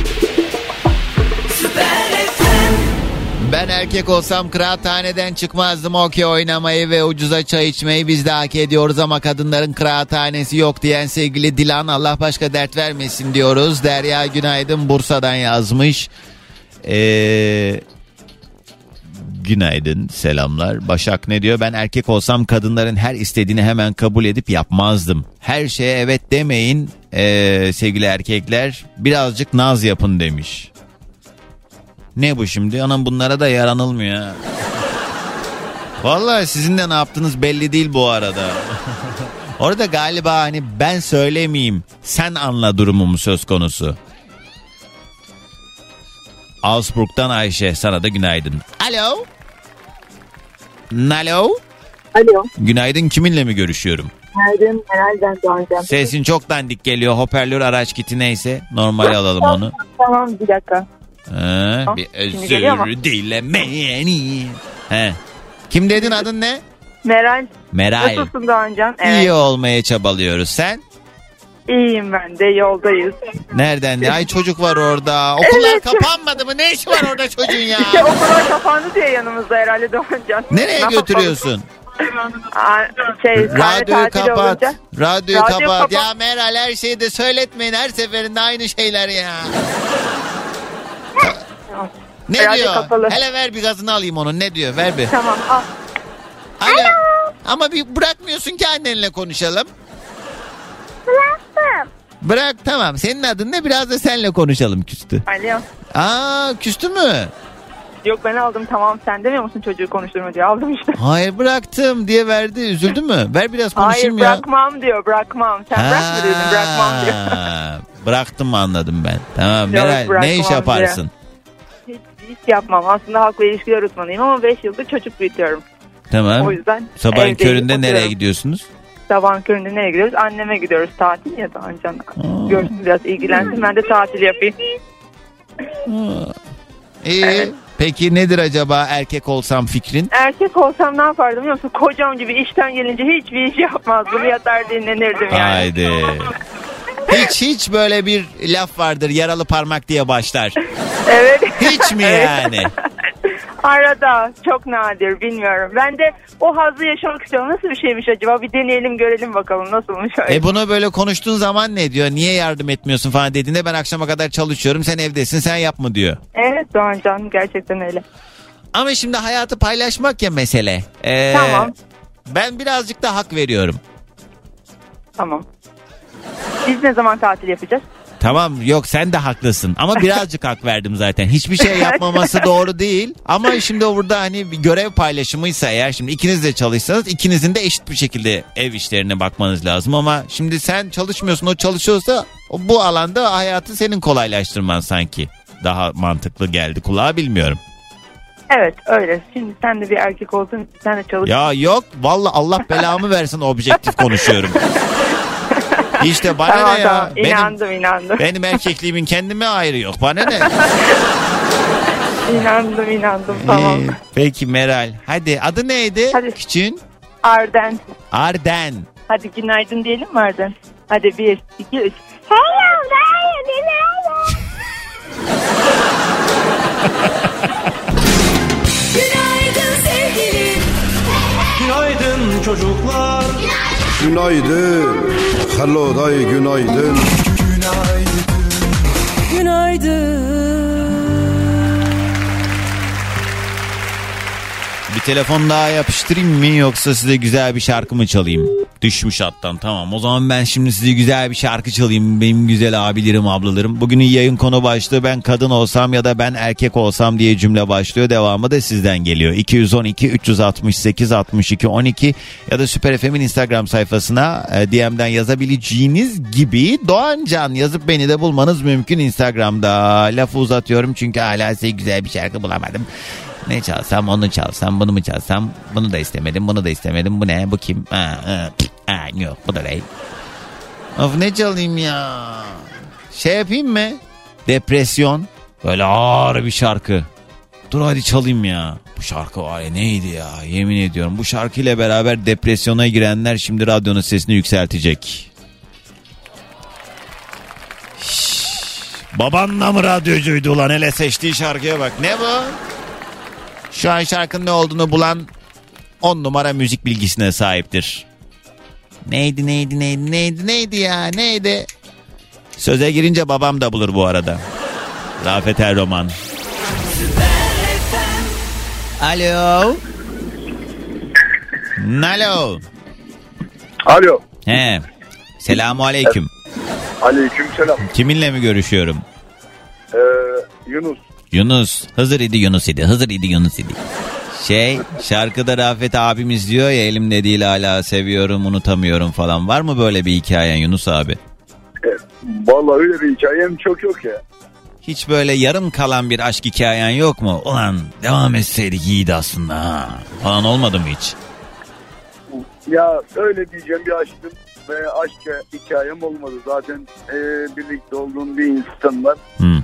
[SPEAKER 2] Ben erkek olsam kıraathaneden çıkmazdım, okey oynamayı ve ucuza çay içmeyi biz de hak ediyoruz ama kadınların kıraathanesi yok diyen sevgili Dilan, Allah başka dert vermesin diyoruz. Derya günaydın, Bursa'dan yazmış. Eee... Günaydın, selamlar. Başak ne diyor? Ben erkek olsam kadınların her istediğini hemen kabul edip yapmazdım. Her şeye evet demeyin ee, sevgili erkekler. Birazcık naz yapın demiş. Ne bu şimdi? Anam bunlara da yaranılmıyor. Vallahi sizin de ne yaptınız belli değil bu arada. Orada galiba hani ben söylemeyeyim, sen anla durumumu söz konusu. Augsburg'dan Ayşe, sana da günaydın. Alo. Alo.
[SPEAKER 15] Alo.
[SPEAKER 2] Günaydın, kiminle mi görüşüyorum?
[SPEAKER 15] Günaydın, Meral'den Doğancan.
[SPEAKER 2] Sesin çok dandik geliyor. Hoparlör araç kiti neyse normal alalım onu.
[SPEAKER 15] Tamam, bir dakika.
[SPEAKER 2] Ha, bir özür dilemeyeni. He. Kim dedin, adın ne?
[SPEAKER 15] Meral.
[SPEAKER 2] Meral.
[SPEAKER 15] Nasılsın Doğancan? Evet.
[SPEAKER 2] İyi olmaya çabalıyoruz. Sen?
[SPEAKER 15] İyiyim ben de, yoldayız.
[SPEAKER 2] Nereden de? Ay çocuk var orada. Okullar evet. Kapanmadı mı? Ne işi var orada çocuğun ya?
[SPEAKER 15] İşte okullar kapandı diye yanımızda herhalde Doğancan.
[SPEAKER 2] Nereye ne götürüyorsun?
[SPEAKER 15] Aa, şey,
[SPEAKER 2] radyoyu kapat.
[SPEAKER 15] Olunca...
[SPEAKER 2] Radyoyu
[SPEAKER 15] Radyo
[SPEAKER 2] kapat.
[SPEAKER 15] kapat.
[SPEAKER 2] Ya Meral, her şeyi de söyletmeyin. Her seferinde aynı şeyler ya. Ne Radyo diyor? Kapalı. Hele ver bir gazını alayım onun. Ne diyor? Ver bir.
[SPEAKER 15] Tamam al.
[SPEAKER 2] Alo. Ama bir bırakmıyorsun ki annenle konuşalım.
[SPEAKER 15] Bıraktım.
[SPEAKER 2] Bırak, tamam. Senin adın ne? Biraz da seninle konuşalım, küstü.
[SPEAKER 15] Alo.
[SPEAKER 2] Aa, küstü mü?
[SPEAKER 15] Yok, ben aldım, tamam. Sen demiyor musun çocuğu konuşturma diye, aldım işte.
[SPEAKER 2] Hayır, bıraktım diye verdi. Üzüldü mü? Ver biraz konuşayım
[SPEAKER 15] Hayır,
[SPEAKER 2] ya.
[SPEAKER 15] Hayır, bırakmam diyor, bırakmam. Sen ha, bırakma dedin, bırakmam diyor.
[SPEAKER 2] Bıraktım, anladım ben. Tamam Meral, ne iş yaparsın?
[SPEAKER 15] Hiç, hiç yapmam. Aslında halkla ilişkiler uzmanıyım ama beş yıldır çocuk büyütüyorum.
[SPEAKER 2] Tamam.
[SPEAKER 15] O yüzden
[SPEAKER 2] sabahın köründe nereye gidiyorsunuz?
[SPEAKER 15] Sabahın köründe nereye gidiyoruz? Anneme gidiyoruz, tatil ya da Ancan. Görsün, biraz ilgilensin, ben de tatil yapayım.
[SPEAKER 2] İyi. Evet. Peki nedir acaba erkek olsam fikrin?
[SPEAKER 15] Erkek olsam ne yapardım biliyor musun? Kocam gibi işten gelince hiçbir iş yapmazdım. Yatar dinlenirdim yani.
[SPEAKER 2] Haydi. Hiç hiç böyle bir laf vardır, yaralı parmak diye başlar.
[SPEAKER 15] Evet.
[SPEAKER 2] Hiç mi yani?
[SPEAKER 15] Arada çok nadir bilmiyorum. Ben de o hazzı yaşamak istiyorum. Nasıl bir şeymiş acaba? Bir deneyelim görelim bakalım nasılmış. Öyle.
[SPEAKER 2] E bunu böyle konuştuğun zaman ne diyor? Niye yardım etmiyorsun falan dediğinde ben akşama kadar çalışıyorum. Sen evdesin, sen yapma diyor.
[SPEAKER 15] Evet Doğancan, gerçekten öyle.
[SPEAKER 2] Ama şimdi hayatı paylaşmak ya mesele. Ee,
[SPEAKER 15] Tamam.
[SPEAKER 2] Ben birazcık da hak veriyorum.
[SPEAKER 15] Tamam. Biz ne zaman tatil yapacağız?
[SPEAKER 2] Tamam, yok sen de haklısın ama birazcık hak verdim zaten. Hiçbir şey yapmaması doğru değil. Ama şimdi burada hani bir görev paylaşımıysa eğer, şimdi ikiniz de çalışsanız ikinizin de eşit bir şekilde ev işlerine bakmanız lazım. Ama şimdi sen çalışmıyorsun, o çalışıyorsa bu alanda hayatı senin kolaylaştırman sanki daha mantıklı geldi kulağa, bilmiyorum.
[SPEAKER 15] Evet öyle. Şimdi sen de bir erkek oldun, sen de çalış.
[SPEAKER 2] Ya yok vallahi Allah belamı versin, objektif konuşuyorum. İşte bana
[SPEAKER 15] tamam,
[SPEAKER 2] ne ya?
[SPEAKER 15] Tamam. İnandım
[SPEAKER 2] benim,
[SPEAKER 15] inandım.
[SPEAKER 2] Benim erkekliğimin kendime ayrı yok. Bana ne?
[SPEAKER 15] İnandım inandım tamam.
[SPEAKER 2] Ee, peki Meral. Hadi adı neydi?
[SPEAKER 15] Hadi.
[SPEAKER 2] Küçüğün?
[SPEAKER 15] Arden.
[SPEAKER 2] Arden.
[SPEAKER 15] Hadi günaydın diyelim mi Arden? Hadi bir, iki, üç. Hello,
[SPEAKER 3] Günaydın sevgilim.
[SPEAKER 4] Günaydın çocuklar.
[SPEAKER 5] Günaydın. Hello day günaydın.
[SPEAKER 3] Günaydın.
[SPEAKER 2] Bir telefon daha yapıştırayım mı yoksa size güzel bir şarkı mı çalayım? Düşmüş hattan, tamam. O zaman ben şimdi size güzel bir şarkı çalayım. Benim güzel abilerim, ablalarım. Bugünün yayın konu başlığı ben kadın olsam ya da ben erkek olsam diye cümle başlıyor. Devamı da sizden geliyor. iki yüz on iki üç altı sekiz altmış iki on iki ya da Süper F M'in Instagram sayfasına D M'den yazabileceğiniz gibi Doğancan yazıp beni de bulmanız mümkün Instagram'da. Lafı uzatıyorum çünkü hala size güzel bir şarkı bulamadım. Ne çalsam, onu çalsam, bunu mu çalsam, bunu da istemedim, bunu da istemedim, bu ne, bu kim, aa, aa, aa, yok bu da değil. Of, ne çalayım ya, şey yapayım mı, depresyon, böyle ağır bir şarkı, dur hadi çalayım ya, bu şarkı var ya neydi ya, yemin ediyorum bu şarkıyla beraber depresyona girenler şimdi radyonun sesini yükseltecek. Şşş, babanla mı radyocuydu ulan, hele seçtiği şarkıya bak, ne bu? Şu an şarkının ne olduğunu bulan on numara müzik bilgisine sahiptir. Neydi neydi neydi neydi neydi ya neydi? Söze girince babam da bulur bu arada. Rafet Erroman. Alo. Alo.
[SPEAKER 16] Alo.
[SPEAKER 2] He. Selamun aleyküm.
[SPEAKER 16] Aleyküm selam.
[SPEAKER 2] Kiminle mi görüşüyorum?
[SPEAKER 16] Ee, Yunus.
[SPEAKER 2] Yunus. Hızır idi Yunus idi. Hızır idi Yunus idi. Şey, şarkıda Rafet abimiz diyor ya, elimde değil hala seviyorum unutamıyorum falan. Var mı böyle bir hikayen Yunus abi?
[SPEAKER 16] E, vallahi öyle bir hikayem çok yok ya.
[SPEAKER 2] Hiç böyle yarım kalan bir aşk hikayen yok mu? Ulan devam etseydik iyiydi aslında ha falan olmadı mı hiç?
[SPEAKER 16] Ya öyle diyeceğim bir aşkım ve aşk hikayem olmadı. Zaten e, birlikte olduğum bir insan var.
[SPEAKER 2] Hmm.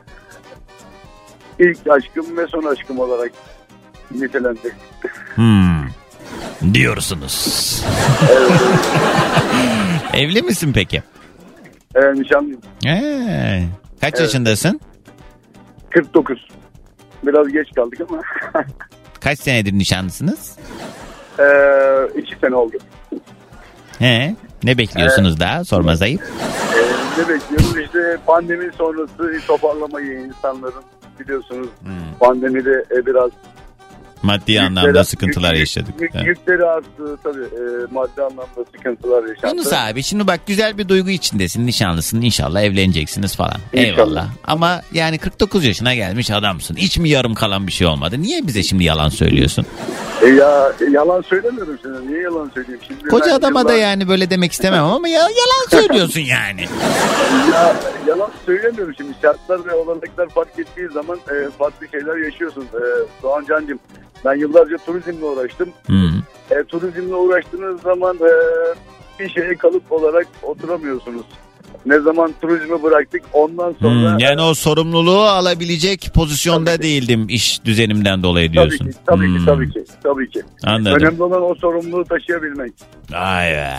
[SPEAKER 16] İlk aşkım ve son aşkım olarak nitelendik.
[SPEAKER 2] Hmm. Diyorsunuz.
[SPEAKER 16] Evet.
[SPEAKER 2] Evli misin peki?
[SPEAKER 16] Evet, nişanlıyım.
[SPEAKER 2] Ee, kaç
[SPEAKER 16] evet.
[SPEAKER 2] yaşındasın?
[SPEAKER 16] kırk dokuz. Biraz geç kaldık ama.
[SPEAKER 2] Kaç senedir nişanlısınız?
[SPEAKER 16] Ee, iki sene oldu.
[SPEAKER 2] He, ne bekliyorsunuz ee, daha? Sormaz ayıp.
[SPEAKER 16] E, ne bekliyoruz? İşte pandemi sonrası toparlamayı insanların, biliyorsunuz hmm. pandemide e, biraz
[SPEAKER 2] maddi yükleri, anlamda sıkıntılar
[SPEAKER 16] yük,
[SPEAKER 2] yaşadık.
[SPEAKER 16] Yük, yük, yükleri arttı tabii, e, maddi anlamda sıkıntılar yaşandı.
[SPEAKER 2] Yunus abi şimdi bak, güzel bir duygu içindesin, nişanlısın, inşallah evleneceksiniz falan. İnşallah. Eyvallah. Ama yani kırk dokuz yaşına gelmiş adamsın. Hiç mi yarım kalan bir şey olmadı? Niye bize şimdi yalan söylüyorsun?
[SPEAKER 16] E ya e, yalan söylemiyorum şimdi. Niye yalan söyleyeyim şimdi?
[SPEAKER 2] Koca adama yıllar... da yani böyle demek istemem ama ya, yalan söylüyorsun yani.
[SPEAKER 16] Ya yalan söylemiyorum şimdi. Şartlar ve olanaklar fark ettiği zaman e, farklı şeyler yaşıyorsun. E, Doğancancığım, ben yıllarca turizmle uğraştım.
[SPEAKER 2] Hmm.
[SPEAKER 16] E, turizmle uğraştığınız zaman e, bir şeye kalıp olarak oturamıyorsunuz. Ne zaman turizmi bıraktık ondan sonra...
[SPEAKER 2] Hmm, yani o sorumluluğu alabilecek pozisyonda tabii değildim iş düzenimden dolayı diyorsun.
[SPEAKER 16] Tabii ki, tabii
[SPEAKER 2] hmm.
[SPEAKER 16] ki, tabii ki, tabii ki.
[SPEAKER 2] Anladım.
[SPEAKER 16] Önemli olan o sorumluluğu taşıyabilmek.
[SPEAKER 2] Ay be.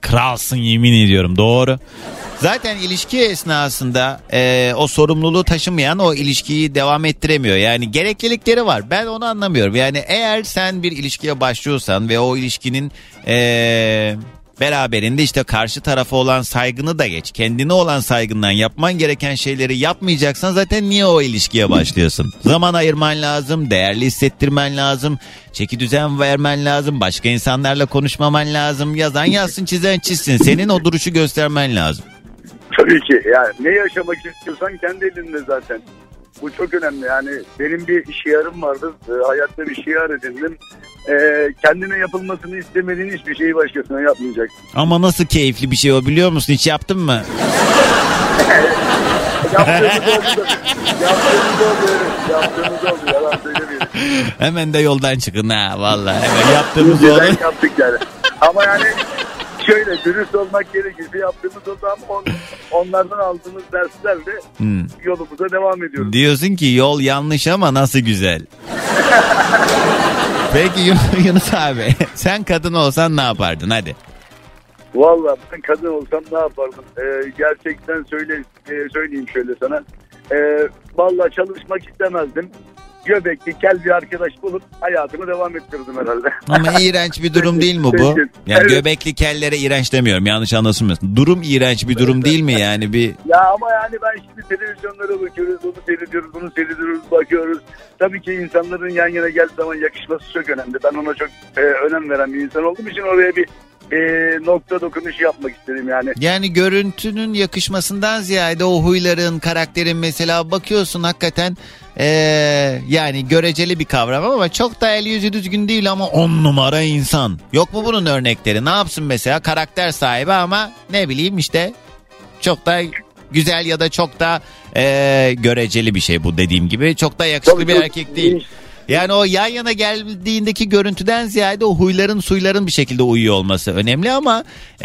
[SPEAKER 2] Kralsın yemin ediyorum, doğru. Zaten ilişki esnasında e, o sorumluluğu taşımayan o ilişkiyi devam ettiremiyor. Yani gereklilikleri var. Ben onu anlamıyorum. Yani eğer sen bir ilişkiye başlıyorsan ve o ilişkinin e, beraberinde işte karşı tarafa olan saygını da geç. Kendine olan saygından yapman gereken şeyleri yapmayacaksan zaten niye o ilişkiye başlıyorsun? Zaman ayırman lazım, değerli hissettirmen lazım, çeki düzen vermen lazım, başka insanlarla konuşmaman lazım. Yazan yazsın, çizen çizsin. Senin o duruşu göstermen lazım.
[SPEAKER 16] Tabii ki. Yani ne yaşamak istiyorsan kendi elinde zaten. Bu çok önemli. Yani benim bir şiarım vardı. E, hayatta bir şiar edindim. E, kendine yapılmasını istemediğin hiçbir şeyi başkasına yapmayacaksın.
[SPEAKER 2] Ama nasıl keyifli bir şey o, biliyor musun? Hiç yaptın mı?
[SPEAKER 16] Yaptığımız oldu. Yaptığımız oldu. Yaptığımız oldu. Yalan söylemeyelim.
[SPEAKER 2] Hemen de yoldan çıkın ha vallahi. Hemen yaptığımız oldu.
[SPEAKER 16] Yaptık yani. Ama yani şöyle dürüst olmak gerekirse yaptığımız oldu ama on, onlardan aldığımız derslerle hmm. yolumuza devam ediyoruz.
[SPEAKER 2] Diyorsun ki yol yanlış ama nasıl güzel. Peki Yunus abi, sen kadın olsan ne yapardın hadi?
[SPEAKER 16] Vallahi ben kadın olsam ne yapardım? Ee, gerçekten söyle, e, söyleyeyim şöyle sana. Ee, vallahi çalışmak istemezdim. Göbekli, kel bir arkadaş bulup hayatımı devam ettirdim herhalde.
[SPEAKER 2] Ama iğrenç bir durum değil mi bu? Yani evet. Göbekli kellere iğrenç demiyorum, yanlış anlaşılmasın. Durum iğrenç bir durum değil mi yani bir?
[SPEAKER 16] Ya ama yani ben şimdi televizyonlara bakıyoruz, onu seyrediyoruz, bunu seyrediyoruz, bakıyoruz. Tabii ki insanların yan yana geldiği zaman yakışması çok önemli. Ben ona çok e, önem veren bir insan olduğum için oraya bir e, nokta dokunuşu yapmak istedim yani.
[SPEAKER 2] Yani görüntünün yakışmasından ziyade o huyların, karakterin mesela bakıyorsun hakikaten e, yani göreceli bir kavram ama çok da el yüzü düzgün değil ama on numara insan. Yok mu bunun örnekleri? Ne yapsın mesela, karakter sahibi ama ne bileyim işte çok da güzel ya da çok da e, göreceli bir şey bu, dediğim gibi çok da yakışıklı Tabii bir erkek değil. Yani o yan yana geldiğindeki görüntüden ziyade o huyların suyların bir şekilde uyuyor olması önemli ama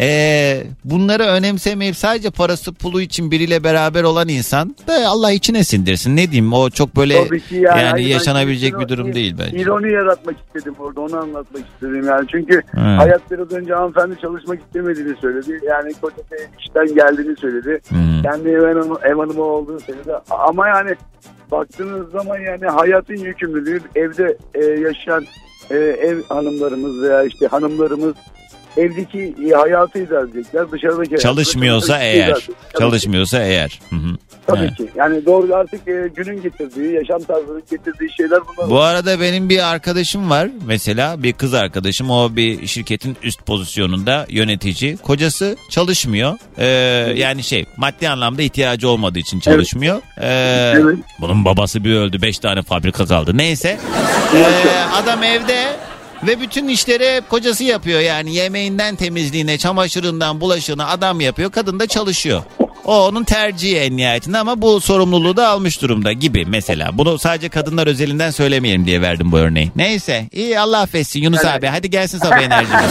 [SPEAKER 2] e, bunları önemsemeyip sadece parası pulu için biriyle beraber olan insan da Allah içine sindirsin. Ne diyeyim, o çok böyle yani, yani yaşanabilecek bir durum değil bence.
[SPEAKER 16] İroni yaratmak istedim orada, onu anlatmak istedim yani. Çünkü hmm. hayat biraz önce hanımefendi çalışmak istemediğini söyledi. Yani kocası işten geldiğini söyledi. Hmm. Kendi ev hanımı, ev hanımı olduğunu söyledi. Ama yani baktığınız zaman yani hayatın yükümlülüğü evde e, yaşayan e, ev hanımlarımız veya işte hanımlarımız evdeki e, hayatı idare edecekler. Dışarıdaki
[SPEAKER 2] çalışmıyorsa hayatı, eğer idare çalışmıyorsa tabii eğer. Hı hı.
[SPEAKER 16] Tabii evet. ki. Yani doğru artık e, günün getirdiği, yaşam tarzının getirdiği şeyler bunlar.
[SPEAKER 2] Bu arada benim bir arkadaşım var mesela, bir kız arkadaşım, o bir şirketin üst pozisyonunda yönetici. Kocası çalışmıyor. Ee, yani şey, maddi anlamda ihtiyacı olmadığı için çalışmıyor. Evet. Ee, evet. Bunun babası bir öldü, beş tane fabrika kaldı. Neyse. Ee, adam evde ve bütün işleri hep kocası yapıyor. Yani yemeğinden temizliğine, çamaşırından bulaşığına adam yapıyor. Kadın da çalışıyor. O onun tercihi en nihayetinde ama bu sorumluluğu da almış durumda gibi mesela. Bunu sadece kadınlar özelinden söylemeyelim diye verdim bu örneği. Neyse, iyi, Allah affetsin Yunus evet. abi. Hadi gelsin sabah enerjimiz.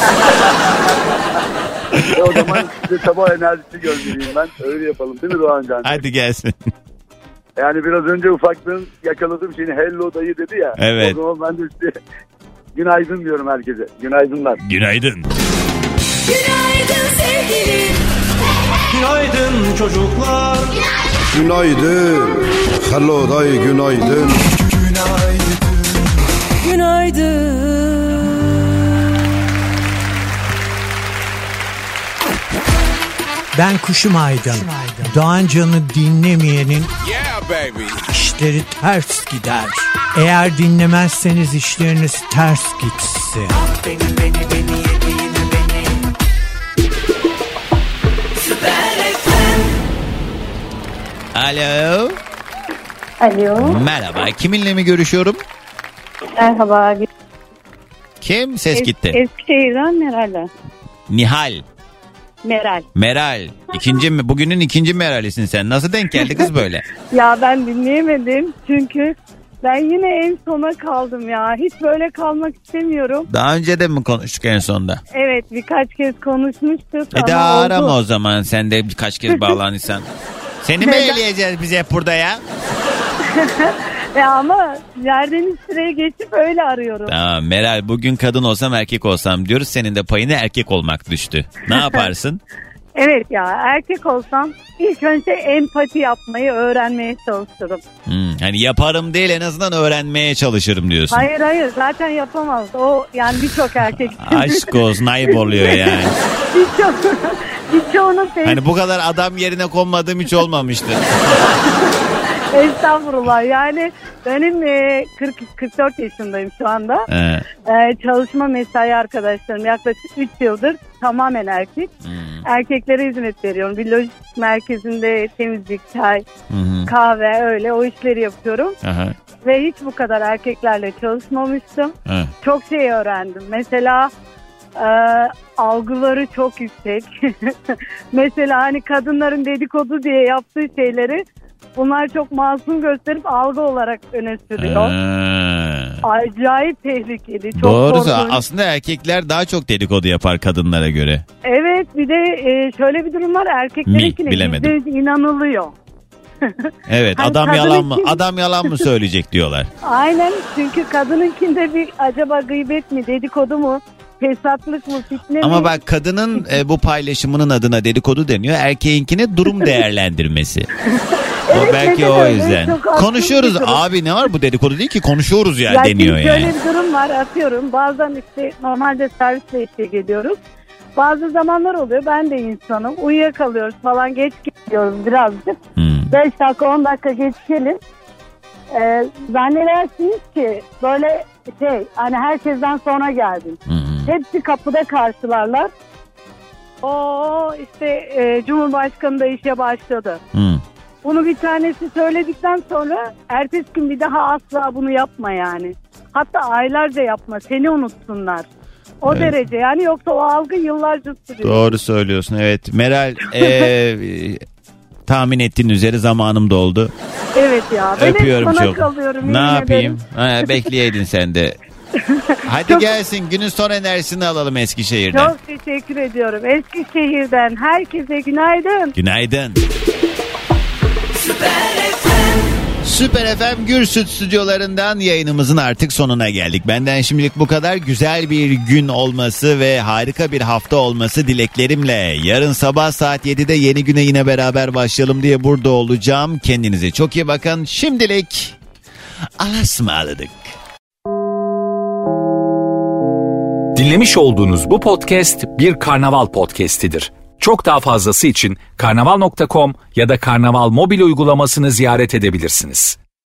[SPEAKER 16] e o zaman size sabah enerjisi göndereyim ben. Öyle yapalım değil mi Doğan Can?
[SPEAKER 2] Hadi gelsin.
[SPEAKER 16] Yani biraz önce ufaklığın yakaladığım şeyini hello dayı dedi ya.
[SPEAKER 2] Evet.
[SPEAKER 16] O zaman ben de size günaydın diyorum herkese. Günaydınlar.
[SPEAKER 2] Günaydın.
[SPEAKER 3] Günaydın sevgilim.
[SPEAKER 4] Günaydın çocuklar.
[SPEAKER 5] Günaydın. Hello dayı günaydın.
[SPEAKER 3] Günaydın. Günaydın.
[SPEAKER 17] Ben Kuşum Aydın. Doğan Can'ı dinlemeyenin yeah, baby. işleri ters gider. Eğer dinlemezseniz işleriniz ters gitsin. Beni beni beni yediğine beni.
[SPEAKER 2] Alo.
[SPEAKER 8] Alo.
[SPEAKER 2] Merhaba. Kiminle mi görüşüyorum?
[SPEAKER 8] Merhaba.
[SPEAKER 2] Kim? Ses es- gitti.
[SPEAKER 8] Eskişehir'den Meral'e.
[SPEAKER 2] Nihal.
[SPEAKER 8] Meral.
[SPEAKER 2] Meral. İkinci mi? Bugünün ikinci Meral'isin sen. Nasıl denk geldi kız böyle?
[SPEAKER 8] Ya ben dinleyemedim çünkü ben yine en sona kaldım ya. Hiç böyle kalmak istemiyorum.
[SPEAKER 2] Daha önce de mi konuştuk en sonda?
[SPEAKER 8] Evet, birkaç kez konuşmuştuk.
[SPEAKER 2] E daha oldu. Arama o zaman, sen de birkaç kez bağlanırsan. Seni mi eleyeceğiz biz hep burada ya?
[SPEAKER 8] Ya ama yerden sıraya geçip öyle arıyorum.
[SPEAKER 2] Tamam Meral, bugün kadın olsam erkek olsam diyoruz. Senin de payına erkek olmak düştü. Ne yaparsın?
[SPEAKER 8] Evet ya, erkek olsam ilk önce empati yapmayı öğrenmeye çalışırım.
[SPEAKER 2] Hmm, hani yaparım değil, en azından öğrenmeye çalışırım diyorsun.
[SPEAKER 8] Hayır hayır, zaten yapamaz. O yani birçok erkek.
[SPEAKER 2] Aşk olsun, ayıp oluyor yani.
[SPEAKER 8] Birçok, birçoğunu sev...
[SPEAKER 2] Hani bu kadar adam yerine konmadığım hiç olmamıştı.
[SPEAKER 8] Estağfurullah, yani benim e, kırk kırk dört yaşındayım şu anda.
[SPEAKER 2] Ee.
[SPEAKER 8] E, çalışma mesai arkadaşlarım yaklaşık üç yıldır tamamen erkek. Hmm. Erkeklere hizmet veriyorum. Bir lojistik merkezinde temizlik, çay, hmm. kahve, öyle o işleri yapıyorum. Aha. Ve hiç bu kadar erkeklerle çalışmamıştım. Aha. Çok şey öğrendim. Mesela e, algıları çok yüksek. Mesela hani kadınların dedikodu diye yaptığı şeyleri bunlar çok masum gösterip algı olarak öne sürüyor. Ee. Acayip tehlikeli. Çok
[SPEAKER 2] doğru.
[SPEAKER 8] Korkunç.
[SPEAKER 2] Aslında erkekler daha çok dedikodu yapar kadınlara göre.
[SPEAKER 8] Evet, bir de e, şöyle bir durum var. Erkeklerinkine yüzde yüz inanılıyor.
[SPEAKER 2] Evet, hani adam yalan mı? Için... Adam yalan mı söyleyecek diyorlar.
[SPEAKER 8] Aynen, çünkü kadınınkinde bir acaba gıybet mi, dedikodu mu? Fesatlık mı, fitne
[SPEAKER 2] Ama
[SPEAKER 8] mi?
[SPEAKER 2] bak, kadının e, bu paylaşımının adına dedikodu deniyor. Erkeğinkine durum değerlendirmesi. O evet, belki o yüzden. Konuşuyoruz abi, ne var bu dedikodu değil ki, konuşuyoruz ya, ya deniyor yani.
[SPEAKER 8] Şöyle bir durum var, atıyorum. Bazen işte normalde servisle eşlik ediyoruz. Bazı zamanlar oluyor, ben de insanım. Uyuyakalıyoruz falan, geç gidiyoruz birazcık. Hmm. beş dakika on dakika geç gelin. Ee, zannedersiniz ki böyle şey, hani herkesten sonra geldim. Hmm. Hepsi kapıda karşılarlar. O işte e, Cumhurbaşkanı da işe başladı. Hmm. Bunu bir tanesi söyledikten sonra ertesi gün bir daha asla bunu yapma yani. Hatta aylarca yapma, seni unutsunlar. O evet. derece yani, yoksa o algı yıllarca sürüyor.
[SPEAKER 2] Doğru söylüyorsun, evet. Meral ee, tahmin ettiğin üzere zamanım doldu.
[SPEAKER 8] Evet ya, ben
[SPEAKER 2] öpüyorum
[SPEAKER 8] hep sana
[SPEAKER 2] çok.
[SPEAKER 8] kalıyorum.
[SPEAKER 2] Ne yapayım? Ha, bekleyeydin sen de. Hadi çok... gelsin, günün son enerjisini alalım Eskişehir'den.
[SPEAKER 8] Çok teşekkür ediyorum. Eskişehir'den herkese günaydın.
[SPEAKER 2] Günaydın. Süper F M Gürsüt stüdyolarından yayınımızın artık sonuna geldik. Benden şimdilik bu kadar. Güzel bir gün olması ve harika bir hafta olması dileklerimle. Yarın sabah saat yedide yeni güne yine beraber başlayalım diye burada olacağım. Kendinize çok iyi bakın. Şimdilik Allah'a ısmarladık.
[SPEAKER 1] Dinlemiş olduğunuz bu podcast bir karnaval podcastidir. Çok daha fazlası için karnaval nokta com ya da karnaval mobil uygulamasını ziyaret edebilirsiniz.